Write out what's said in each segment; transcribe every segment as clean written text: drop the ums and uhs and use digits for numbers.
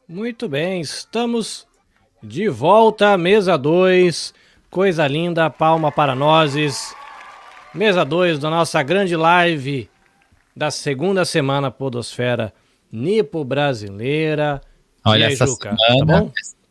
Muito bem, estamos de volta à mesa 2. Coisa linda, palma para nós. Mesa 2 da nossa grande live da segunda semana Podosfera Nipo Brasileira. Olha, e aí, essa Juca, semana, tá bom?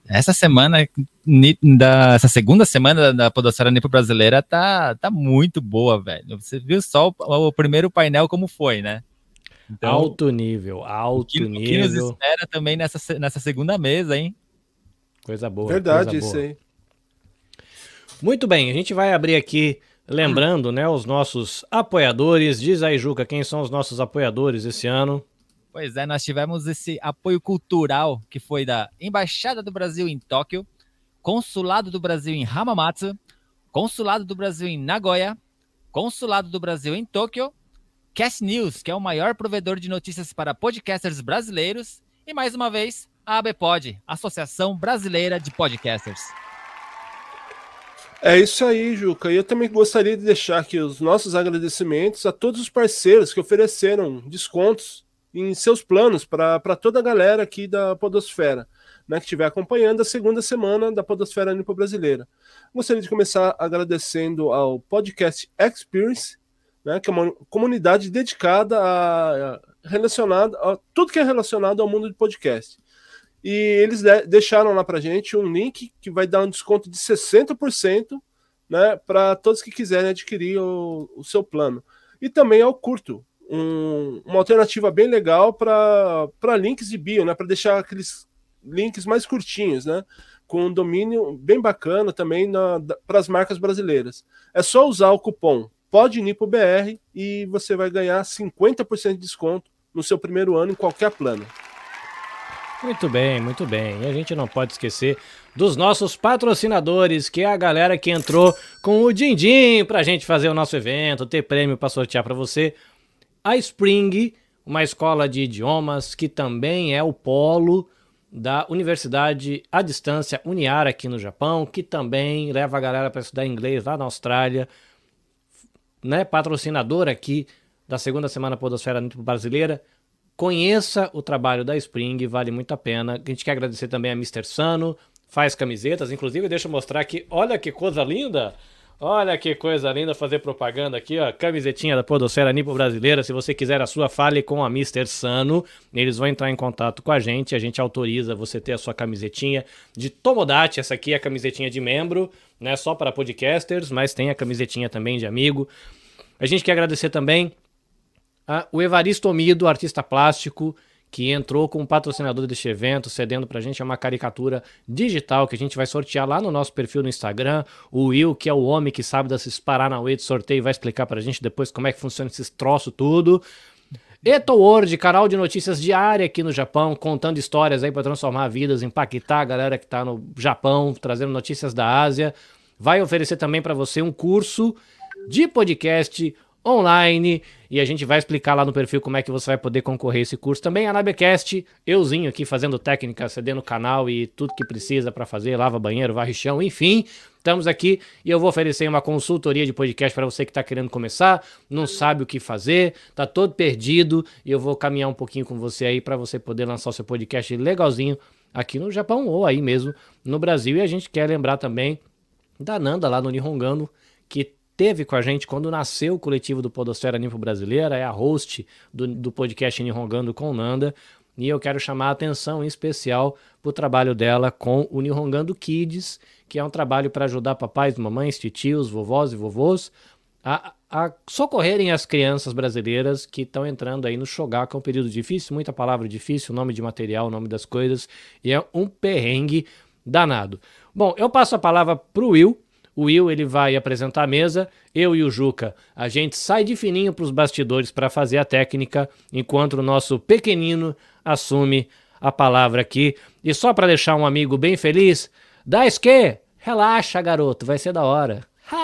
essa segunda semana da Podosfera Nipo Brasileira tá muito boa, velho. Você viu só o primeiro painel como foi, né? Então, Alto nível. o que nos espera também nessa segunda mesa, hein? Coisa boa, Verdade, coisa isso boa. aí. Muito bem, a gente vai abrir aqui, lembrando, né, os nossos apoiadores. Diz aí, Juca, quem são os nossos apoiadores esse ano? Pois é, nós tivemos esse apoio cultural que foi da Embaixada do Brasil em Tóquio, Consulado do Brasil em Hamamatsu, Consulado do Brasil em Nagoya, Consulado do Brasil em Tóquio, Cast News, que é o maior provedor de notícias para podcasters brasileiros, e mais uma vez, a ABPOD, Associação Brasileira de Podcasters. É isso aí, Juca. E eu também gostaria de deixar aqui os nossos agradecimentos a todos os parceiros que ofereceram descontos em seus planos para toda a galera aqui da Podosfera, né, que estiver acompanhando a segunda semana da Podosfera Nipo Brasileira. Gostaria de começar agradecendo ao Podcast Experience, né, que é uma comunidade dedicada a tudo que é relacionado ao mundo de podcast. E eles deixaram lá pra gente um link que vai dar um desconto de 60%, né, para todos que quiserem adquirir o seu plano. E também ao Curto, uma alternativa bem legal para links de bio, né, para deixar aqueles links mais curtinhos, né, com um domínio bem bacana também para as marcas brasileiras. É só usar o cupom PODNIPOBR e você vai ganhar 50% de desconto no seu primeiro ano em qualquer plano. Muito bem, muito bem. E a gente não pode esquecer dos nossos patrocinadores, que é a galera que entrou com o din-din pra gente fazer o nosso evento, ter prêmio para sortear para você. A Spring, uma escola de idiomas que também é o polo da Universidade à Distância Uniara aqui no Japão, que também leva a galera para estudar inglês lá na Austrália, né? Patrocinador aqui da segunda semana Podosfera Brasileira. Conheça o trabalho da Spring, vale muito a pena. A gente quer agradecer também a Mr. Sano, faz camisetas, inclusive deixa eu mostrar aqui, olha que coisa linda! Olha que coisa linda fazer propaganda aqui, ó, camisetinha da Podosfera Nipo Brasileira. Se você quiser a sua, fale com a Mr. Sano, eles vão entrar em contato com a gente autoriza você ter a sua camisetinha de Tomodachi. Essa aqui é a camisetinha de membro, né, só para podcasters, mas tem a camisetinha também de amigo. A gente quer agradecer também o Evaristo Omido, artista plástico, que entrou como patrocinador deste evento, cedendo pra gente uma caricatura digital que a gente vai sortear lá no nosso perfil no Instagram. O Will, que é o homem que sabe desses paranauê de sorteio, vai explicar pra gente depois como é que funciona esses troços tudo. Eto World, canal de notícias diária aqui no Japão, contando histórias aí pra transformar vidas, impactar a galera que tá no Japão, trazendo notícias da Ásia. Vai oferecer também pra você um curso de podcast online, e a gente vai explicar lá no perfil como é que você vai poder concorrer a esse curso. Também a Nabecast, euzinho aqui fazendo técnica, cedendo o canal e tudo que precisa para fazer, lava banheiro, varre chão, enfim, estamos aqui e eu vou oferecer uma consultoria de podcast para você que está querendo começar, não sabe o que fazer, tá todo perdido, e eu vou caminhar um pouquinho com você aí para você poder lançar o seu podcast legalzinho aqui no Japão ou aí mesmo no Brasil. E a gente quer lembrar também da Nanda lá no Nihongano, que teve com a gente quando nasceu o coletivo do Podosfera Nipo Brasileira, é a host do podcast Nihongando com Nanda, e eu quero chamar a atenção em especial para o trabalho dela com o Nihongando Kids, que é um trabalho para ajudar papais, mamães, titios, vovós e vovôs a socorrerem as crianças brasileiras que estão entrando aí no Shogaku. É um período difícil, muita palavra difícil, nome de material, nome das coisas, e é um perrengue danado. Bom, eu passo a palavra pro Will. O Will, ele vai apresentar a mesa, eu e o Juca, a gente sai de fininho para os bastidores para fazer a técnica, enquanto o nosso pequenino assume a palavra aqui. E só para deixar um amigo bem feliz, Daisuke, relaxa, garoto, vai ser da hora.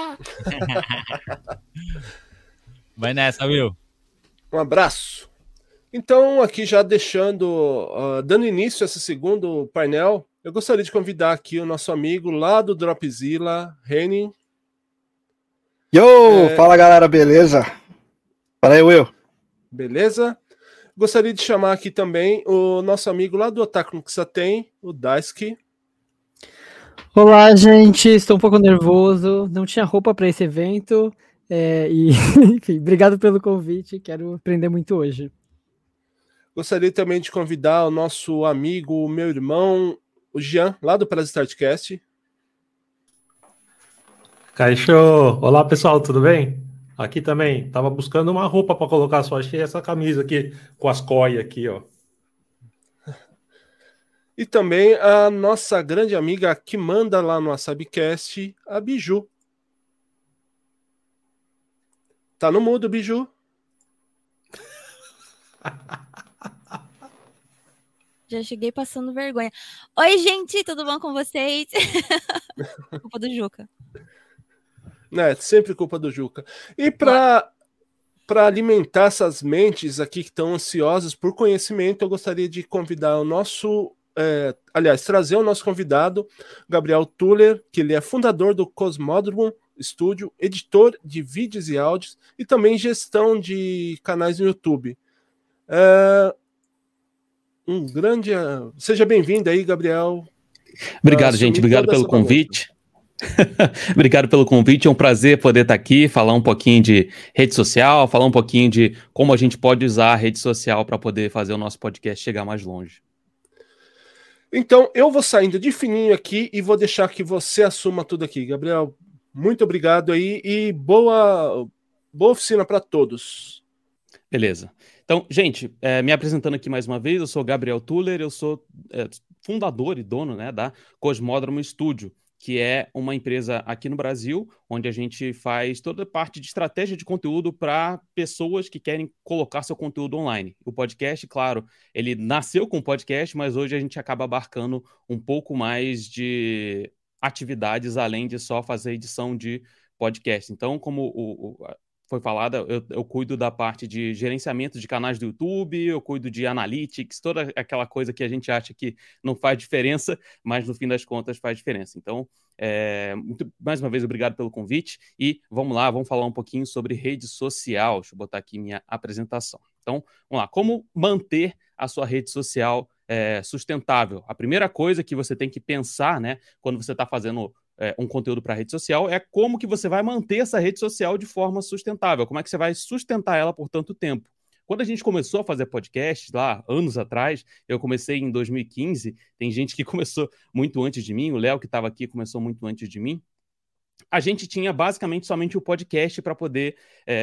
Vai nessa, Will. Um abraço. Então, aqui já dando início a esse segundo painel, eu gostaria de convidar aqui o nosso amigo lá do Dropzilla, Henning. Fala galera, beleza? Fala aí, Will. Beleza? Gostaria de chamar aqui também o nosso amigo lá do Otaku no Kisaten, o Daisuke. Olá, gente. Estou um pouco nervoso. Não tinha roupa para esse evento. Enfim, obrigado pelo convite. Quero aprender muito hoje. Gostaria também de convidar o nosso amigo, meu irmão, o Jean, lá do Prazer Startcast. Caixô! Olá, pessoal, tudo bem? Aqui também, tava buscando uma roupa para colocar, só achei essa camisa aqui com as coias aqui, ó. E também a nossa grande amiga que manda lá no Asabicast, a Biju. Tá no mudo, Biju? Já cheguei passando vergonha. Oi, gente, tudo bom com vocês? Culpa do Juca. Sempre culpa do Juca. E para alimentar essas mentes aqui que estão ansiosas por conhecimento, eu gostaria de convidar o nosso... trazer o nosso convidado, Gabriel Tuller, que ele é fundador do Cosmódromo Studio, editor de vídeos e áudios e também gestão de canais no YouTube. Seja bem-vindo aí, Gabriel. Obrigado, gente. Obrigado pelo convite. Obrigado pelo convite. É um prazer poder estar aqui, falar um pouquinho de rede social, falar um pouquinho de como a gente pode usar a rede social para poder fazer o nosso podcast chegar mais longe. Então, eu vou saindo de fininho aqui e vou deixar que você assuma tudo aqui. Gabriel, muito obrigado aí e boa oficina para todos. Beleza. Então, gente, me apresentando aqui mais uma vez, eu sou Gabriel Tuller, eu sou fundador e dono, né, da Cosmódromo Studio, que é uma empresa aqui no Brasil, onde a gente faz toda a parte de estratégia de conteúdo para pessoas que querem colocar seu conteúdo online. O podcast, claro, ele nasceu com o podcast, mas hoje a gente acaba abarcando um pouco mais de atividades, além de só fazer edição de podcast. Então, como foi falado, eu cuido da parte de gerenciamento de canais do YouTube, eu cuido de analytics, toda aquela coisa que a gente acha que não faz diferença, mas no fim das contas faz diferença. Então, mais uma vez, obrigado pelo convite e vamos lá, vamos falar um pouquinho sobre rede social. Deixa eu botar aqui minha apresentação. Então, vamos lá, como manter a sua rede social sustentável? A primeira coisa que você tem que pensar, né, quando você está fazendo um conteúdo para rede social, é como que você vai manter essa rede social de forma sustentável, como é que você vai sustentar ela por tanto tempo. Quando a gente começou a fazer podcast, lá, anos atrás, eu comecei em 2015, tem gente que começou muito antes de mim, o Léo que estava aqui começou muito antes de mim, a gente tinha basicamente somente o podcast para poder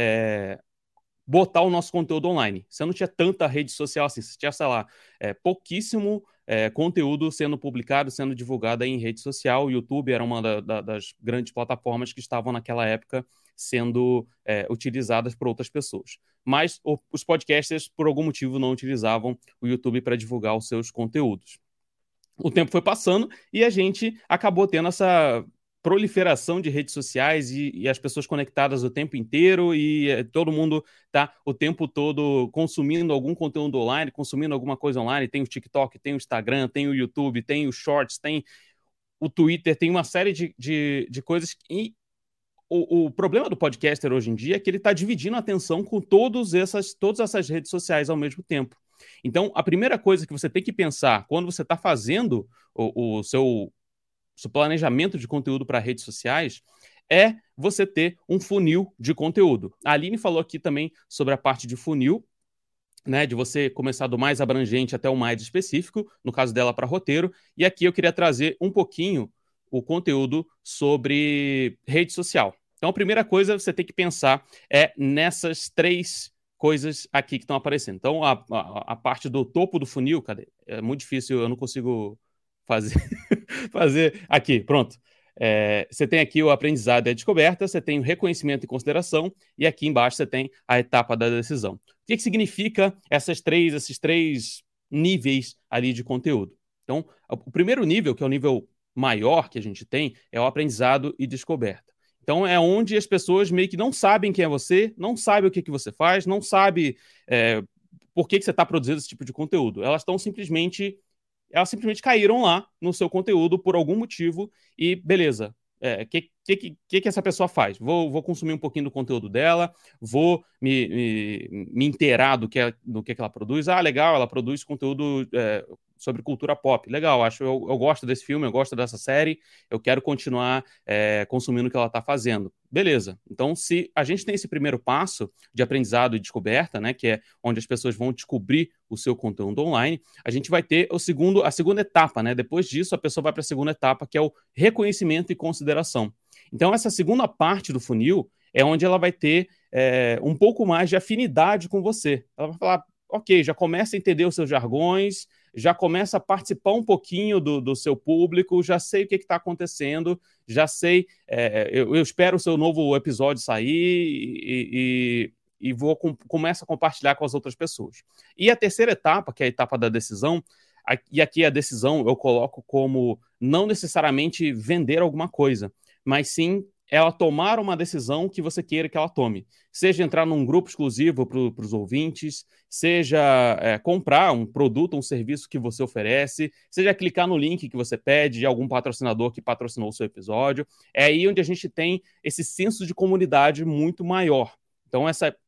botar o nosso conteúdo online. Você não tinha tanta rede social assim, você tinha, sei lá, pouquíssimo conteúdo sendo publicado, sendo divulgado em rede social. O YouTube era uma das grandes plataformas que estavam naquela época sendo utilizadas por outras pessoas. Mas os podcasters, por algum motivo, não utilizavam o YouTube para divulgar os seus conteúdos. O tempo foi passando e a gente acabou tendo essa proliferação de redes sociais e as pessoas conectadas o tempo inteiro e todo mundo tá o tempo todo consumindo algum conteúdo online, consumindo alguma coisa online. Tem o TikTok, tem o Instagram, tem o YouTube, tem o Shorts, tem o Twitter, tem uma série de coisas. E o problema do podcaster hoje em dia é que ele está dividindo a atenção com todas essas redes sociais ao mesmo tempo. Então, a primeira coisa que você tem que pensar quando você está fazendo o seu planejamento de conteúdo para redes sociais é você ter um funil de conteúdo. A Aline falou aqui também sobre a parte de funil, né, de você começar do mais abrangente até o mais específico, no caso dela para roteiro, e aqui eu queria trazer um pouquinho o conteúdo sobre rede social. Então, a primeira coisa que você tem que pensar é nessas 3 coisas aqui que estão aparecendo. Então, a parte do topo do funil, cadê? É muito difícil, eu não consigo fazer aqui, pronto. Você tem aqui o aprendizado e a descoberta, você tem o reconhecimento e consideração, e aqui embaixo você tem a etapa da decisão. O que significa esses três níveis ali de conteúdo? Então, o primeiro nível, que é o nível maior que a gente tem, é o aprendizado e descoberta. Então, é onde as pessoas meio que não sabem quem é você, não sabem o que você faz, não sabem por que você está produzindo esse tipo de conteúdo. Elas simplesmente caíram lá no seu conteúdo por algum motivo e beleza, que essa pessoa faz? Vou consumir um pouquinho do conteúdo dela, vou me inteirar do que ela produz. Ah, legal, ela produz conteúdo sobre cultura pop. Legal, eu gosto desse filme, eu gosto dessa série, eu quero continuar consumindo o que ela está fazendo. Beleza. Então, se a gente tem esse primeiro passo de aprendizado e descoberta, né, que é onde as pessoas vão descobrir o seu conteúdo online, a gente vai ter a segunda etapa, né? Depois disso, a pessoa vai para a segunda etapa, que é o reconhecimento e consideração. Então, essa segunda parte do funil é onde ela vai ter um pouco mais de afinidade com você. Ela vai falar, ok, já começa a entender os seus jargões, já começa a participar um pouquinho do seu público, já sei o que está acontecendo, já sei, eu espero o seu novo episódio sair e começo a compartilhar com as outras pessoas. E a terceira etapa, que é a etapa da decisão, e aqui a decisão eu coloco como não necessariamente vender alguma coisa, mas sim ela tomar uma decisão que você queira que ela tome. Seja entrar num grupo exclusivo para os ouvintes, seja comprar um produto, um serviço que você oferece, seja clicar no link que você pede de algum patrocinador que patrocinou o seu episódio. É aí onde a gente tem esse senso de comunidade muito maior. Então,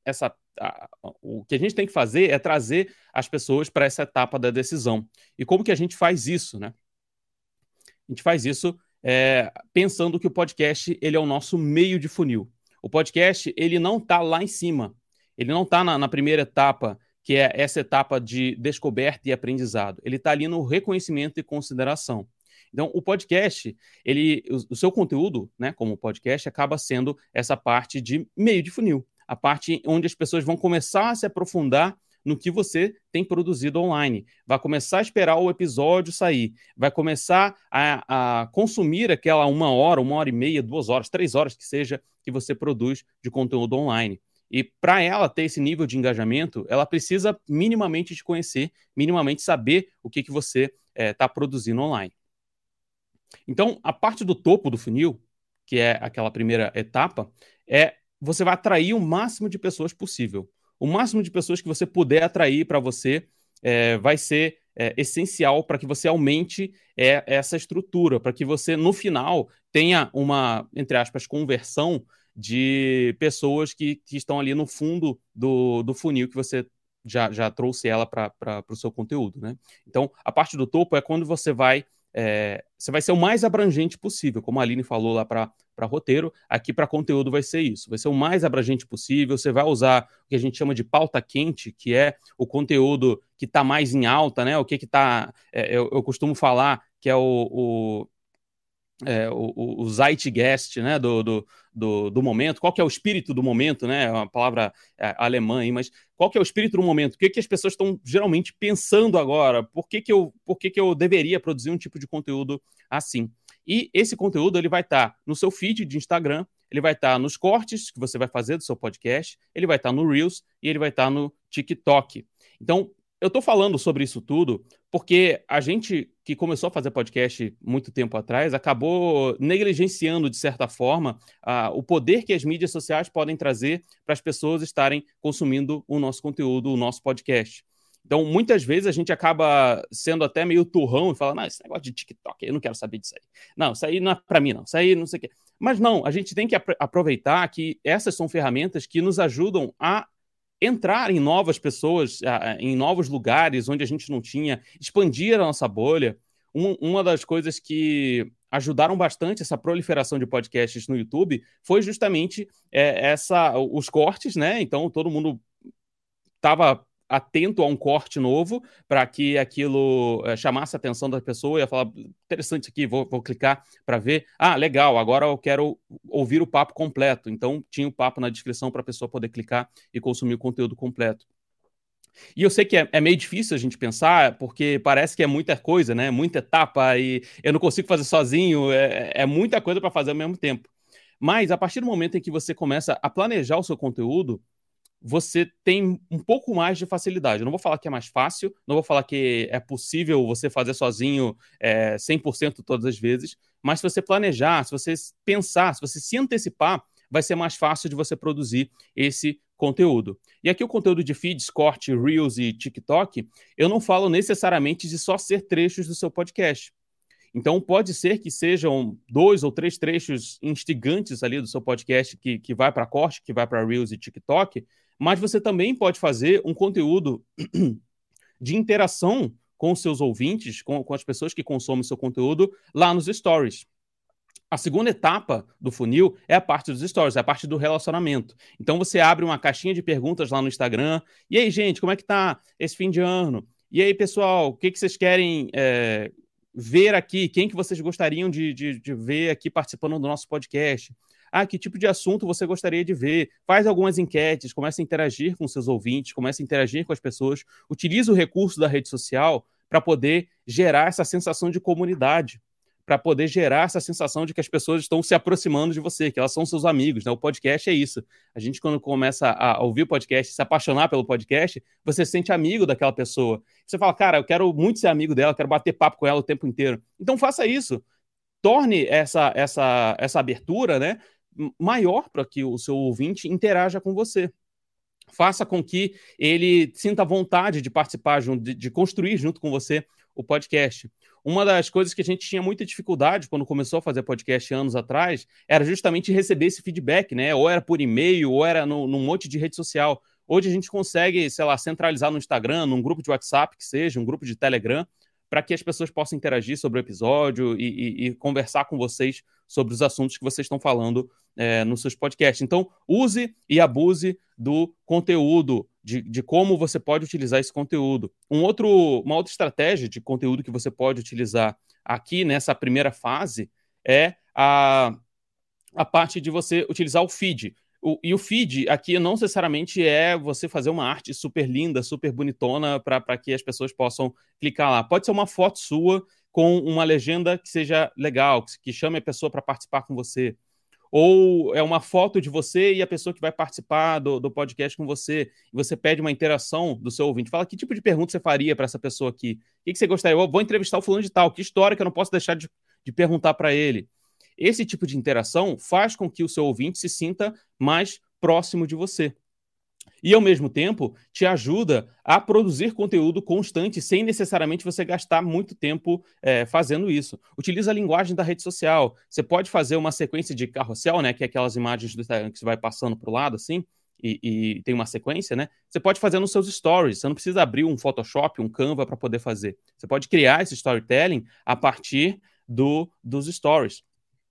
o que a gente tem que fazer é trazer as pessoas para essa etapa da decisão. E como que a gente faz isso, né? A gente faz isso pensando que o podcast ele é o nosso meio de funil. O podcast ele não está lá em cima. Ele não está na primeira etapa, que é essa etapa de descoberta e aprendizado. Ele está ali no reconhecimento e consideração. Então, o podcast, o seu conteúdo, né, como podcast, acaba sendo essa parte de meio de funil. A parte onde as pessoas vão começar a se aprofundar no que você tem produzido online. Vai começar a esperar o episódio sair. Vai começar a consumir aquela 1 hora, 1h30, 2 horas, 3 horas que seja que você produz de conteúdo online. E para ela ter esse nível de engajamento, ela precisa minimamente te conhecer, minimamente saber o que você está produzindo online. Então, a parte do topo do funil, que é aquela primeira etapa, você vai atrair o máximo de pessoas possível. O máximo de pessoas que você puder atrair para você vai ser essencial para que você aumente essa estrutura, para que você, no final, tenha uma, entre aspas, conversão de pessoas que estão ali no fundo do funil que você já trouxe ela para o seu conteúdo, né? Então, a parte do topo é quando você vai ser o mais abrangente possível, como a Aline falou lá para roteiro, aqui para conteúdo vai ser isso, vai ser o mais abrangente possível, você vai usar o que a gente chama de pauta quente, que é o conteúdo que está mais em alta, né? O que está, eu costumo falar que é o Zeitgeist, né, do momento. Qual que é o espírito do momento, né? É uma palavra alemã aí, mas qual que é o espírito do momento? O que as pessoas estão geralmente pensando agora? Por que eu deveria produzir um tipo de conteúdo assim? E esse conteúdo ele vai estar no seu feed de Instagram, ele vai estar nos cortes que você vai fazer do seu podcast, ele vai estar no Reels e ele vai estar no TikTok. Então, eu estou falando sobre isso tudo porque a gente que começou a fazer podcast muito tempo atrás acabou negligenciando, de certa forma, o poder que as mídias sociais podem trazer para as pessoas estarem consumindo o nosso conteúdo, o nosso podcast. Então, muitas vezes a gente acaba sendo até meio turrão e fala, não, esse negócio de TikTok, eu não quero saber disso aí. Não, isso aí não é para mim, não. Isso aí não sei o quê. Mas não, a gente tem que aproveitar que essas são ferramentas que nos ajudam a entrar em novas pessoas, em novos lugares onde a gente não tinha, expandir a nossa bolha. Uma das coisas que ajudaram bastante essa proliferação de podcasts no YouTube foi justamente os cortes, né? Então, todo mundo estava atento a um corte novo para que aquilo chamasse a atenção da pessoa e ia falar, interessante isso aqui, vou clicar para ver. Ah, legal, agora eu quero ouvir o papo completo. Então, tinha o papo na descrição para a pessoa poder clicar e consumir o conteúdo completo. E eu sei que é meio difícil a gente pensar, porque parece que é muita coisa, né? Muita etapa e eu não consigo fazer sozinho, é muita coisa para fazer ao mesmo tempo. Mas, a partir do momento em que você começa a planejar o seu conteúdo, você tem um pouco mais de facilidade. Eu não vou falar que é mais fácil, não vou falar que é possível você fazer sozinho 100% todas as vezes, mas se você planejar, se você pensar, se você se antecipar, vai ser mais fácil de você produzir esse conteúdo. E aqui o conteúdo de feeds, corte, Reels e TikTok, eu não falo necessariamente de só ser trechos do seu podcast. Então, pode ser que sejam 2 ou 3 trechos instigantes ali do seu podcast que vai para corte, que vai para Reels e TikTok, mas você também pode fazer um conteúdo de interação com os seus ouvintes, com as pessoas que consomem o seu conteúdo lá nos stories. A segunda etapa do funil é a parte dos stories, é a parte do relacionamento. Então você abre uma caixinha de perguntas lá no Instagram. E aí, gente, como é que tá esse fim de ano? E aí, pessoal, o que vocês querem ver aqui? Quem que vocês gostariam de ver aqui participando do nosso podcast? Ah, que tipo de assunto você gostaria de ver? Faz algumas enquetes, começa a interagir com seus ouvintes, começa a interagir com as pessoas. Utiliza o recurso da rede social para poder gerar essa sensação de comunidade, para poder gerar essa sensação de que as pessoas estão se aproximando de você, que elas são seus amigos, né? O podcast é isso. A gente, quando começa a ouvir o podcast, se apaixonar pelo podcast, você se sente amigo daquela pessoa. Você fala, cara, eu quero muito ser amigo dela, quero bater papo com ela o tempo inteiro. Então faça isso. Torne essa abertura, né, maior para que o seu ouvinte interaja com você. Faça com que ele sinta vontade de participar, de construir junto com você o podcast. Uma das coisas que a gente tinha muita dificuldade quando começou a fazer podcast anos atrás era justamente receber esse feedback, né? Ou era por e-mail, ou era num monte de rede social. Hoje a gente consegue, sei lá, centralizar no Instagram, num grupo de WhatsApp que seja, um grupo de Telegram, para que as pessoas possam interagir sobre o episódio e conversar com vocês sobre os assuntos que vocês estão falando nos seus podcasts. Então, use e abuse do conteúdo, de como você pode utilizar esse conteúdo. Uma outra estratégia de conteúdo que você pode utilizar aqui nessa primeira fase é a parte de você utilizar o feed. E o feed aqui não necessariamente é você fazer uma arte super linda, super bonitona para que as pessoas possam clicar lá. Pode ser uma foto sua com uma legenda que seja legal, que chame a pessoa para participar com você. Ou é uma foto de você e a pessoa que vai participar do podcast com você. E você pede uma interação do seu ouvinte. Fala que tipo de pergunta você faria para essa pessoa aqui. O que você gostaria? Eu vou entrevistar o fulano de tal. Que história que eu não posso deixar de perguntar para ele. Esse tipo de interação faz com que o seu ouvinte se sinta mais próximo de você. E, ao mesmo tempo, te ajuda a produzir conteúdo constante sem necessariamente você gastar muito tempo fazendo isso. Utiliza a linguagem da rede social. Você pode fazer uma sequência de carrossel, né, que é aquelas imagens do Instagram que você vai passando para o lado, assim, e tem uma sequência, né? Você pode fazer nos seus stories. Você não precisa abrir um Photoshop, um Canva para poder fazer. Você pode criar esse storytelling a partir dos stories.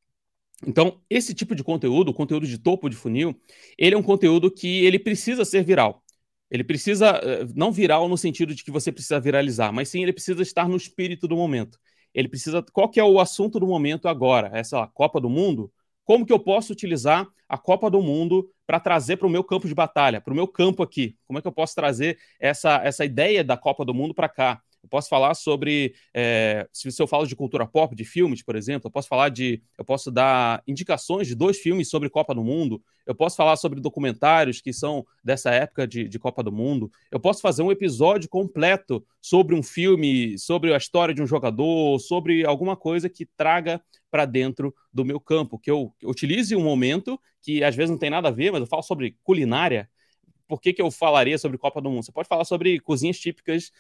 Então, esse tipo de conteúdo, o conteúdo de topo de funil, ele é um conteúdo que ele precisa ser viral. Ele precisa, não viral no sentido de que você precisa viralizar, mas sim ele precisa estar no espírito do momento. Ele precisa, qual que é o assunto do momento agora? Essa Copa do Mundo? Como que eu posso utilizar a Copa do Mundo para trazer para o meu campo de batalha, para o meu campo aqui? Como é que eu posso trazer essa ideia da Copa do Mundo para cá? Eu posso falar sobre, se eu falo de cultura pop, de filmes, por exemplo, eu posso dar indicações de 2 filmes sobre Copa do Mundo, eu posso falar sobre documentários que são dessa época de Copa do Mundo, eu posso fazer um episódio completo sobre um filme, sobre a história de um jogador, sobre alguma coisa que traga para dentro do meu campo, que eu utilize um momento que às vezes não tem nada a ver, mas eu falo sobre culinária. Por que eu falaria sobre Copa do Mundo? Você pode falar sobre cozinhas típicas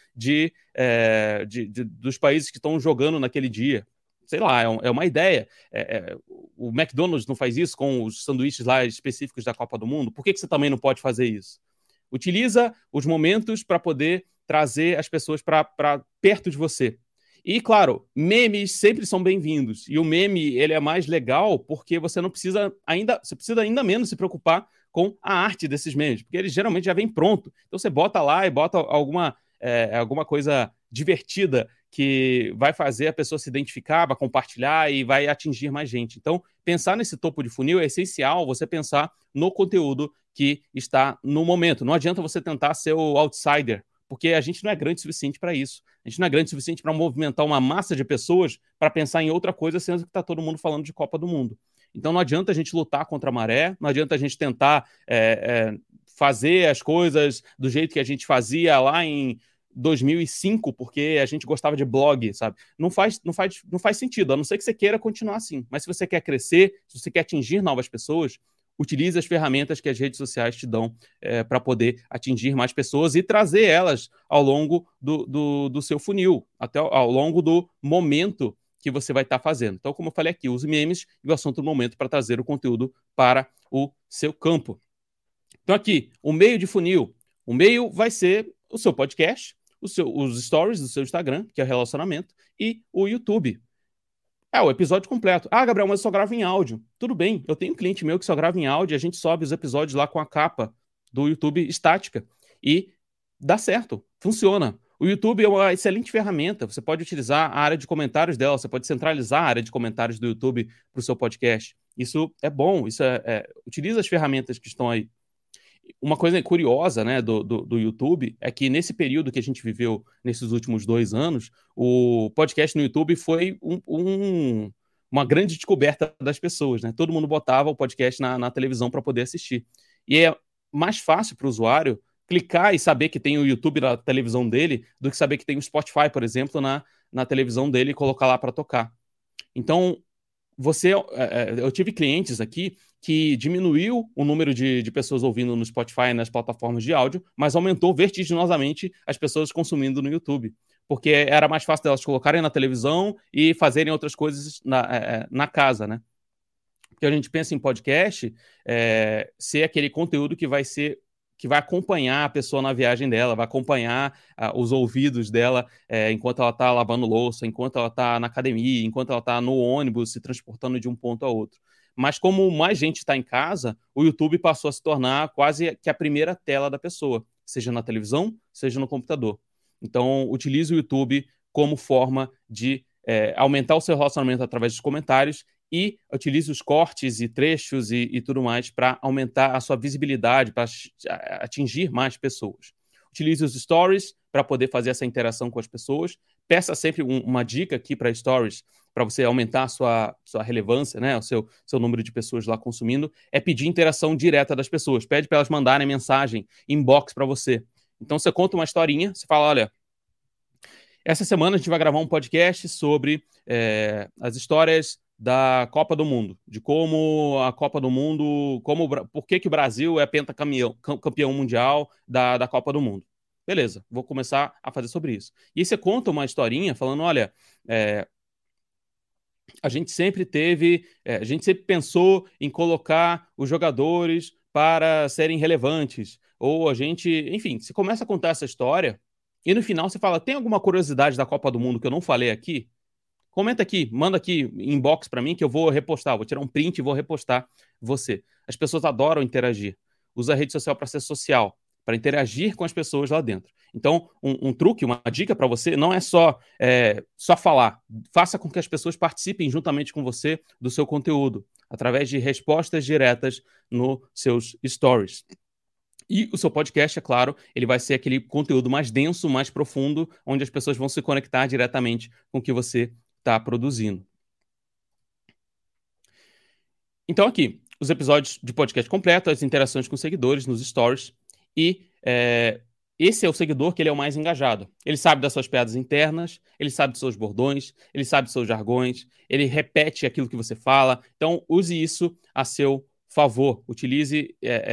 dos países que estão jogando naquele dia. Sei lá, é uma ideia. O McDonald's não faz isso com os sanduíches lá específicos da Copa do Mundo. Por que você também não pode fazer isso? Utiliza os momentos para poder trazer as pessoas para perto de você. E, claro, memes sempre são bem-vindos. E o meme, ele é mais legal porque você precisa ainda menos se preocupar com a arte desses memes, porque ele geralmente já vem pronto. Então você bota lá e bota alguma coisa divertida que vai fazer a pessoa se identificar, vai compartilhar e vai atingir mais gente. Então, pensar nesse topo de funil é essencial você pensar no conteúdo que está no momento. Não adianta você tentar ser o outsider, porque a gente não é grande o suficiente para isso. A gente não é grande o suficiente para movimentar uma massa de pessoas para pensar em outra coisa, sendo que está todo mundo falando de Copa do Mundo. Então não adianta a gente lutar contra a maré, não adianta a gente tentar fazer as coisas do jeito que a gente fazia lá em 2005, porque a gente gostava de blog, sabe? Não faz sentido, a não ser que você queira continuar assim. Mas se você quer crescer, se você quer atingir novas pessoas, utilize as ferramentas que as redes sociais te dão para poder atingir mais pessoas e trazer elas ao longo do seu funil, até ao longo do momento que você vai estar fazendo. Então, como eu falei aqui, use memes e o assunto do momento para trazer o conteúdo para o seu campo. Então, aqui, o meio de funil. O meio vai ser o seu podcast, os stories do seu Instagram, que é o relacionamento, e o YouTube. É o episódio completo. Ah, Gabriel, mas eu só gravo em áudio. Tudo bem, eu tenho um cliente meu que só grava em áudio e a gente sobe os episódios lá com a capa do YouTube estática. E dá certo, funciona. O YouTube é uma excelente ferramenta. Você pode utilizar a área de comentários dela, você pode centralizar a área de comentários do YouTube para o seu podcast. Isso é bom, utiliza as ferramentas que estão aí. Uma coisa curiosa, né, do YouTube é que nesse período que a gente viveu nesses últimos 2 anos, o podcast no YouTube foi uma grande descoberta das pessoas, né? Todo mundo botava o podcast na televisão para poder assistir. E é mais fácil para o usuário clicar e saber que tem o YouTube na televisão dele do que saber que tem o Spotify, por exemplo, na televisão dele e colocar lá para tocar. Então, eu tive clientes aqui que diminuiu o número de pessoas ouvindo no Spotify e nas plataformas de áudio, mas aumentou vertiginosamente as pessoas consumindo no YouTube, porque era mais fácil delas colocarem na televisão e fazerem outras coisas na casa, né? Porque a gente pensa em podcast ser aquele conteúdo que vai acompanhar a pessoa na viagem dela, vai acompanhar os ouvidos dela enquanto ela está lavando louça, enquanto ela está na academia, enquanto ela está no ônibus, se transportando de um ponto a outro. Mas como mais gente está em casa, o YouTube passou a se tornar quase que a primeira tela da pessoa, seja na televisão, seja no computador. Então, utilize o YouTube como forma de aumentar o seu relacionamento através dos comentários e utilize os cortes e trechos e tudo mais para aumentar a sua visibilidade, para atingir mais pessoas. Utilize os stories para poder fazer essa interação com as pessoas. Peça sempre uma dica aqui para stories, para você aumentar a sua relevância, né? O seu número de pessoas lá consumindo, é pedir interação direta das pessoas. Pede para elas mandarem mensagem, inbox para você. Então você conta uma historinha, você fala, olha, essa semana a gente vai gravar um podcast sobre as histórias da Copa do Mundo, de como a Copa do Mundo, por que o Brasil é pentacampeão mundial da Copa do Mundo. Beleza, vou começar a fazer sobre isso. E aí você conta uma historinha falando, olha, a gente sempre pensou em colocar os jogadores para serem relevantes, ou enfim, você começa a contar essa história e no final você fala, tem alguma curiosidade da Copa do Mundo que eu não falei aqui? Comenta aqui, manda aqui inbox para mim que eu vou repostar, vou tirar um print e vou repostar você. As pessoas adoram interagir. Usa a rede social para ser social, para interagir com as pessoas lá dentro. Então, um truque, uma dica para você, não é só falar. Faça com que as pessoas participem juntamente com você do seu conteúdo, através de respostas diretas nos seus stories. E o seu podcast, é claro, ele vai ser aquele conteúdo mais denso, mais profundo, onde as pessoas vão se conectar diretamente com o que você está produzindo. Então aqui, os episódios de podcast completo, as interações com seguidores nos stories e esse é o seguidor que ele é o mais engajado. Ele sabe das suas piadas internas, ele sabe dos seus bordões, ele sabe dos seus jargões, ele repete aquilo que você fala. Então use isso a seu favor. Utilize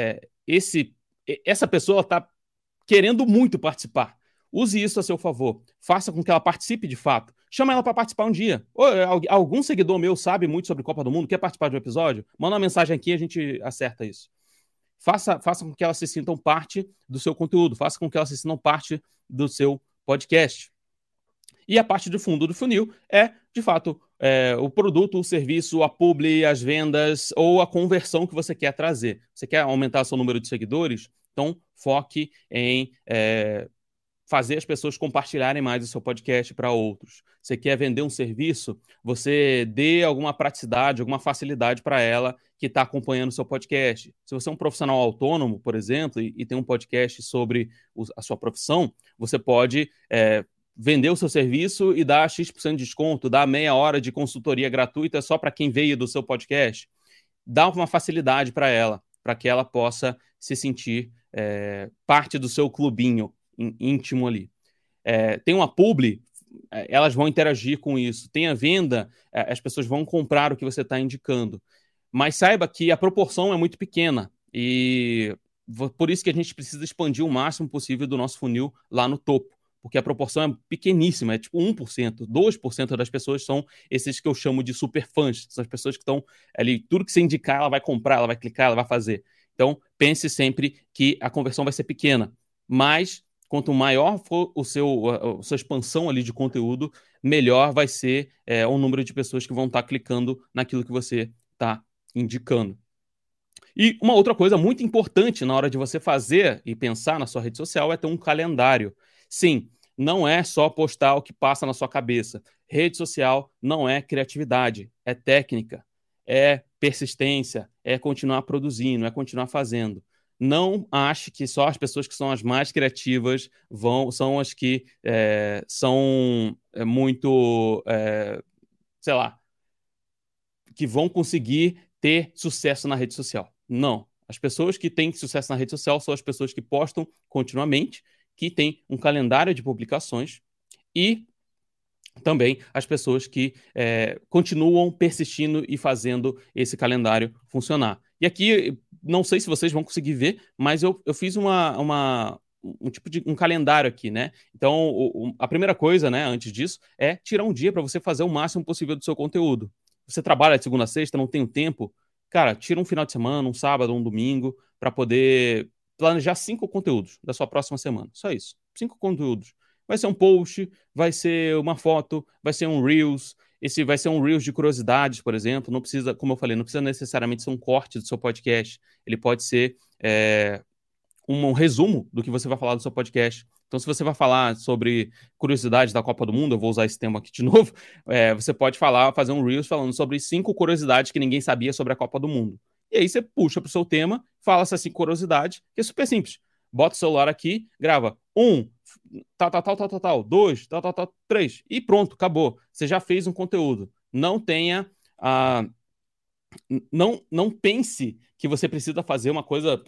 essa pessoa está querendo muito participar. Use isso a seu favor. Faça com que ela participe de fato. Chama ela para participar um dia. Ou algum seguidor meu sabe muito sobre Copa do Mundo, quer participar de um episódio? Manda uma mensagem aqui e a gente acerta isso. Faça com que elas se sintam parte do seu conteúdo. Faça com que elas se sintam parte do seu podcast. E a parte do fundo do funil é, de fato, o produto, o serviço, a publi, as vendas ou a conversão que você quer trazer. Você quer aumentar seu número de seguidores? Então, foque em fazer as pessoas compartilharem mais o seu podcast para outros. Você quer vender um serviço? Você dê alguma praticidade, alguma facilidade para ela que está acompanhando o seu podcast. Se você é um profissional autônomo, por exemplo, e tem um podcast sobre a sua profissão, você pode vender o seu serviço e dar X% de desconto, dar meia hora de consultoria gratuita só para quem veio do seu podcast. Dá uma facilidade para ela, para que ela possa se sentir parte do seu clubinho íntimo ali. Tem uma publi, elas vão interagir com isso. Tem a venda, as pessoas vão comprar o que você está indicando. Mas saiba que a proporção é muito pequena e por isso que a gente precisa expandir o máximo possível do nosso funil lá no topo. porque a proporção é pequeníssima, é tipo 1%, 2% das pessoas são esses que eu chamo de super fãs, são as pessoas que estão ali, tudo que você indicar, ela vai comprar, ela vai clicar, ela vai fazer. Então, pense sempre que a conversão vai ser pequena, mas quanto maior for a sua expansão ali de conteúdo, melhor vai ser o número de pessoas que vão estar clicando naquilo que você está indicando. E uma outra coisa muito importante na hora de você fazer e pensar na sua rede social é ter um calendário. Sim, não é só postar o que passa na sua cabeça. Rede social não é criatividade, é técnica, é persistência, é continuar produzindo, é continuar fazendo. Não ache que só as pessoas que são as mais criativas são as que são muito, sei lá, que vão conseguir ter sucesso na rede social. Não. As pessoas que têm sucesso na rede social são as pessoas que postam continuamente, que têm um calendário de publicações e também as pessoas que continuam persistindo e fazendo esse calendário funcionar. E aqui, não sei se vocês vão conseguir ver, mas eu fiz um tipo de um calendário aqui, né? Então, a primeira coisa, né, antes disso, é tirar um dia para você fazer o máximo possível do seu conteúdo. Você trabalha de segunda a sexta, não tem o tempo, cara, tira um final de semana, um sábado, um domingo, para poder planejar 5 conteúdos da sua próxima semana. Só isso. 5 conteúdos. Vai ser um post, vai ser uma foto, vai ser um Reels. Esse vai ser um Reels de curiosidades, por exemplo. Não precisa, como eu falei, não precisa necessariamente ser um corte do seu podcast. Ele pode ser um resumo do que você vai falar do seu podcast. Então, se você vai falar sobre curiosidades da Copa do Mundo, eu vou usar esse tema aqui de novo, você pode fazer um Reels falando sobre 5 curiosidades que ninguém sabia sobre a Copa do Mundo. E aí você puxa para o seu tema, fala essas 5 curiosidades, que é super simples. Bota o celular aqui, grava 1, tal, 2, tal, 3, e pronto, acabou. Você já fez um conteúdo. Não tenha não pense que você precisa fazer uma coisa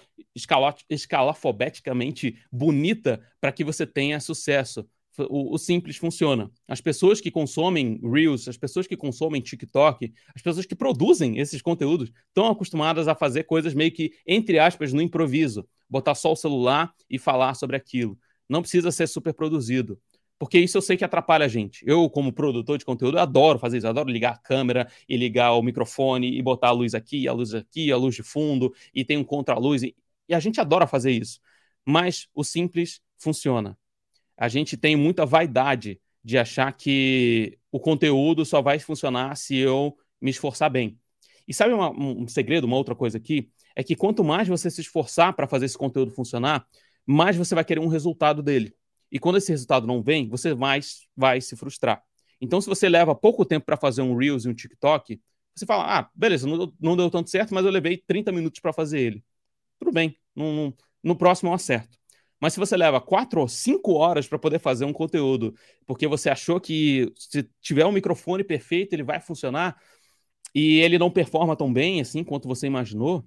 escalafobeticamente bonita para que você tenha sucesso. O simples funciona. As pessoas que consomem Reels, as pessoas que consomem TikTok, as pessoas que produzem esses conteúdos estão acostumadas a fazer coisas meio que, entre aspas, no improviso. Botar só o celular e falar sobre aquilo. Não precisa ser super produzido. Porque isso eu sei que atrapalha a gente. Eu, como produtor de conteúdo, eu adoro fazer isso. Eu adoro ligar a câmera e ligar o microfone e botar a luz aqui, a luz aqui, a luz de fundo, e tem um contra-luz. E a gente adora fazer isso. Mas o simples funciona. A gente tem muita vaidade de achar que o conteúdo só vai funcionar se eu me esforçar bem. E sabe um segredo, uma outra coisa aqui? É que quanto mais você se esforçar para fazer esse conteúdo funcionar, mais você vai querer um resultado dele. E quando esse resultado não vem, você mais vai se frustrar. Então, se você leva pouco tempo para fazer um Reels e um TikTok, você fala, beleza, não deu tanto certo, mas eu levei 30 minutos para fazer ele. Tudo bem, no próximo eu acerto. Mas se você leva 4 ou 5 horas para poder fazer um conteúdo, porque você achou que se tiver um microfone perfeito, ele vai funcionar, e ele não performa tão bem assim quanto você imaginou,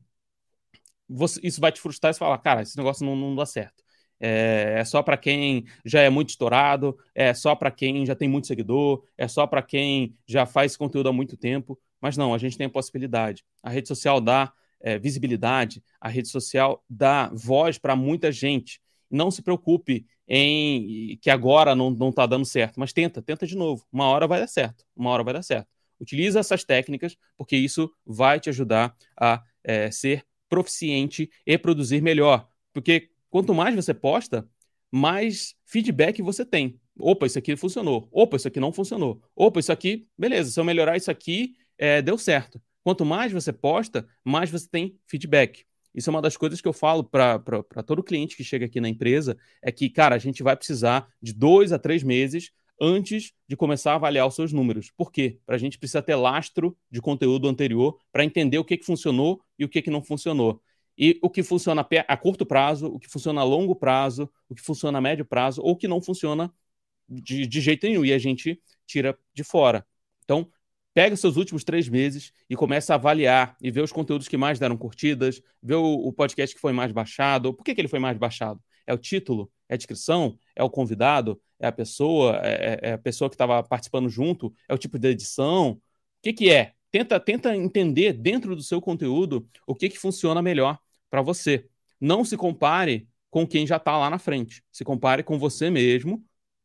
isso vai te frustrar e você fala, cara, esse negócio não dá certo. É só para quem já é muito estourado, é só para quem já tem muito seguidor, é só para quem já faz conteúdo há muito tempo. Mas não, a gente tem a possibilidade. A rede social dá visibilidade, a rede social dá voz para muita gente. Não se preocupe em que agora não está dando certo, mas tenta de novo. Uma hora vai dar certo, Utiliza essas técnicas, porque isso vai te ajudar a ser proficiente e produzir melhor. Porque quanto mais você posta, mais feedback você tem. Opa, isso aqui funcionou. Opa, isso aqui não funcionou. Opa, isso aqui, beleza, se eu melhorar isso aqui, deu certo. Quanto mais você posta, mais você tem feedback. Isso é uma das coisas que eu falo para todo cliente que chega aqui na empresa, é que, cara, a gente vai precisar de 2 a 3 meses antes de começar a avaliar os seus números. Por quê? Para a gente precisa ter lastro de conteúdo anterior para entender o que funcionou e o que não funcionou. E o que funciona a curto prazo, o que funciona a longo prazo, o que funciona a médio prazo, ou o que não funciona de jeito nenhum, e a gente tira de fora. Então, pega os seus últimos 3 meses e começa a avaliar e ver os conteúdos que mais deram curtidas, ver o podcast que foi mais baixado. Por que ele foi mais baixado? É o título? É a descrição? É o convidado? É a pessoa? É a pessoa que estava participando junto? É o tipo de edição? O que é? Tenta entender dentro do seu conteúdo o que funciona melhor para você. Não se compare com quem já está lá na frente. Se compare com você mesmo.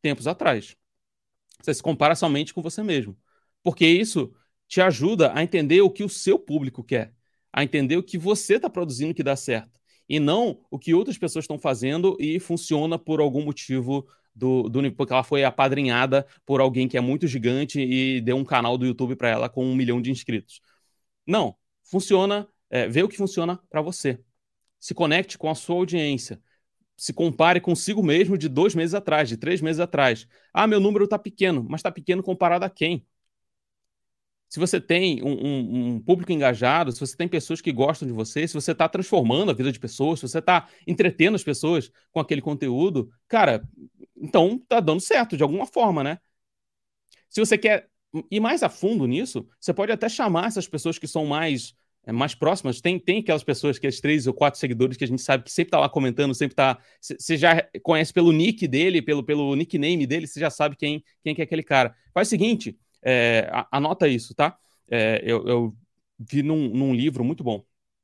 tempos atrás. Você se compara somente com você mesmo. Porque isso te ajuda a entender o que o seu público quer, a entender o que você está produzindo que dá certo, e não o que outras pessoas estão fazendo e funciona por algum motivo porque ela foi apadrinhada por alguém que é muito gigante e deu um canal do YouTube para ela com 1 milhão de inscritos. Não, funciona, vê o que funciona para você. Se conecte com a sua audiência. Se compare consigo mesmo de 2 meses atrás, de 3 meses atrás. Ah, meu número está pequeno, mas está pequeno comparado a quem? Se você tem um público engajado, se você tem pessoas que gostam de você, se você está transformando a vida de pessoas, se você está entretendo as pessoas com aquele conteúdo, cara, então tá dando certo de alguma forma, né? Se você quer ir mais a fundo nisso, você pode até chamar essas pessoas que são mais próximas. Tem aquelas pessoas que as 3 ou 4 seguidores que a gente sabe que sempre tá lá comentando, sempre tá... Você já conhece pelo nick dele, pelo nickname dele, você já sabe quem que é aquele cara. Faz o seguinte... anota isso, tá? Eu vi num livro muito bom.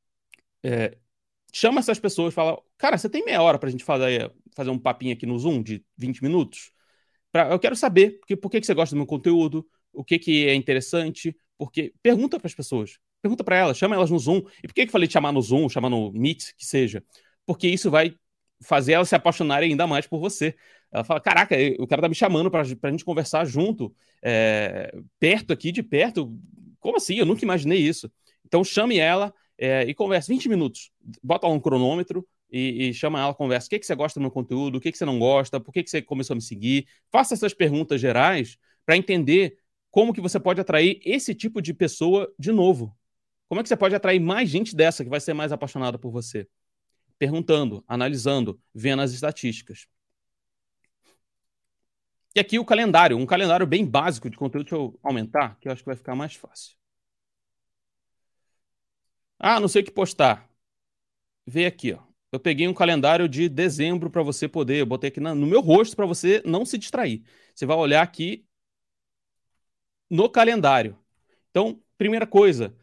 Chama essas pessoas e fala, cara, você tem meia hora pra gente fazer um papinho aqui no Zoom de 20 minutos? Eu quero saber por que você gosta do meu conteúdo, o que é interessante, porque pergunta pras pessoas, pergunta pra elas, chama elas no Zoom. E por que eu falei de chamar no Zoom, chamar no Meet, que seja? Porque isso vai fazer elas se apaixonarem ainda mais por você. Ela fala, caraca, o cara tá me chamando pra gente conversar junto, de perto. Como assim? Eu nunca imaginei isso. Então chame ela e converse 20 minutos. Bota lá um cronômetro e chama ela, conversa. O que você gosta do meu conteúdo? O que você não gosta? Por que você começou a me seguir? Faça essas perguntas gerais para entender como que você pode atrair esse tipo de pessoa de novo. Como é que você pode atrair mais gente dessa que vai ser mais apaixonada por você? Perguntando, analisando, vendo as estatísticas. E aqui o calendário, um calendário bem básico de conteúdo. Deixa eu aumentar, que eu acho que vai ficar mais fácil. Ah, não sei o que postar. Vê aqui, ó. Eu peguei um calendário de dezembro para você poder, eu botei aqui no meu rosto para você não se distrair. Você vai olhar aqui no calendário. Então, primeira coisa,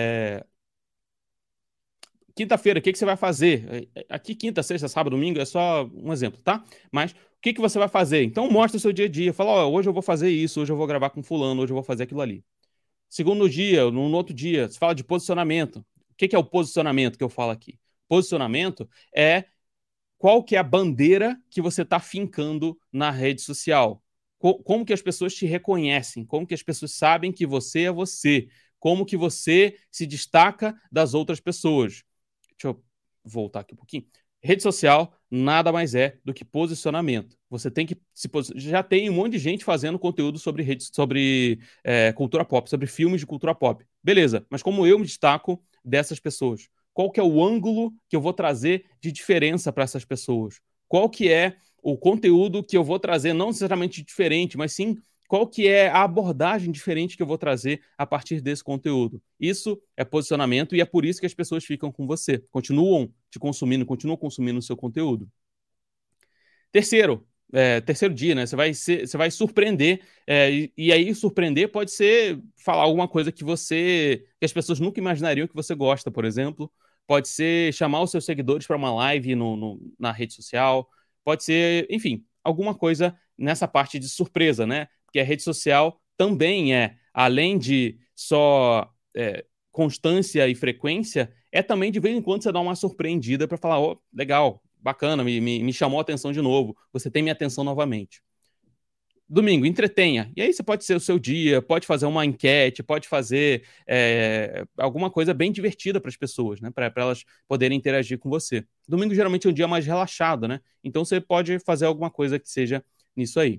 quinta-feira, o que você vai fazer? Aqui, quinta, sexta, sábado, domingo, é só um exemplo, tá? Mas o que você vai fazer? Então, mostra o seu dia a dia. Fala, ó, hoje eu vou fazer isso, hoje eu vou gravar com fulano, hoje eu vou fazer aquilo ali. Segundo dia, no outro dia, você fala de posicionamento. O que é o posicionamento que eu falo aqui? Posicionamento é qual que é a bandeira que você está fincando na rede social. Como que as pessoas te reconhecem, como que as pessoas sabem que você é você, como que você se destaca das outras pessoas. Deixa eu voltar aqui um pouquinho. Rede social nada mais é do que posicionamento. Você tem que se posicionar. Já tem um monte de gente fazendo conteúdo sobre cultura pop, sobre filmes de cultura pop. Beleza, mas como eu me destaco dessas pessoas? Qual que é o ângulo que eu vou trazer de diferença para essas pessoas? Qual que é o conteúdo que eu vou trazer, não necessariamente diferente, mas sim qual que é a abordagem diferente que eu vou trazer a partir desse conteúdo. Isso é posicionamento e é por isso que as pessoas ficam com você, continuam te consumindo, continuam consumindo o seu conteúdo. Terceiro dia, né? Você vai surpreender, e aí surpreender pode ser falar alguma coisa que as pessoas nunca imaginariam que você gosta, por exemplo. Pode ser chamar os seus seguidores para uma live na rede social. Pode ser, enfim, alguma coisa nessa parte de surpresa, né? Porque a rede social também além de só constância e frequência, também de vez em quando você dá uma surpreendida para falar, oh, legal, bacana, me chamou a atenção de novo, você tem minha atenção novamente. Domingo, entretenha. E aí você pode ser o seu dia, pode fazer uma enquete, pode fazer alguma coisa bem divertida para as pessoas, né? Para elas poderem interagir com você. Domingo geralmente é um dia mais relaxado, né? Então você pode fazer alguma coisa que seja nisso aí.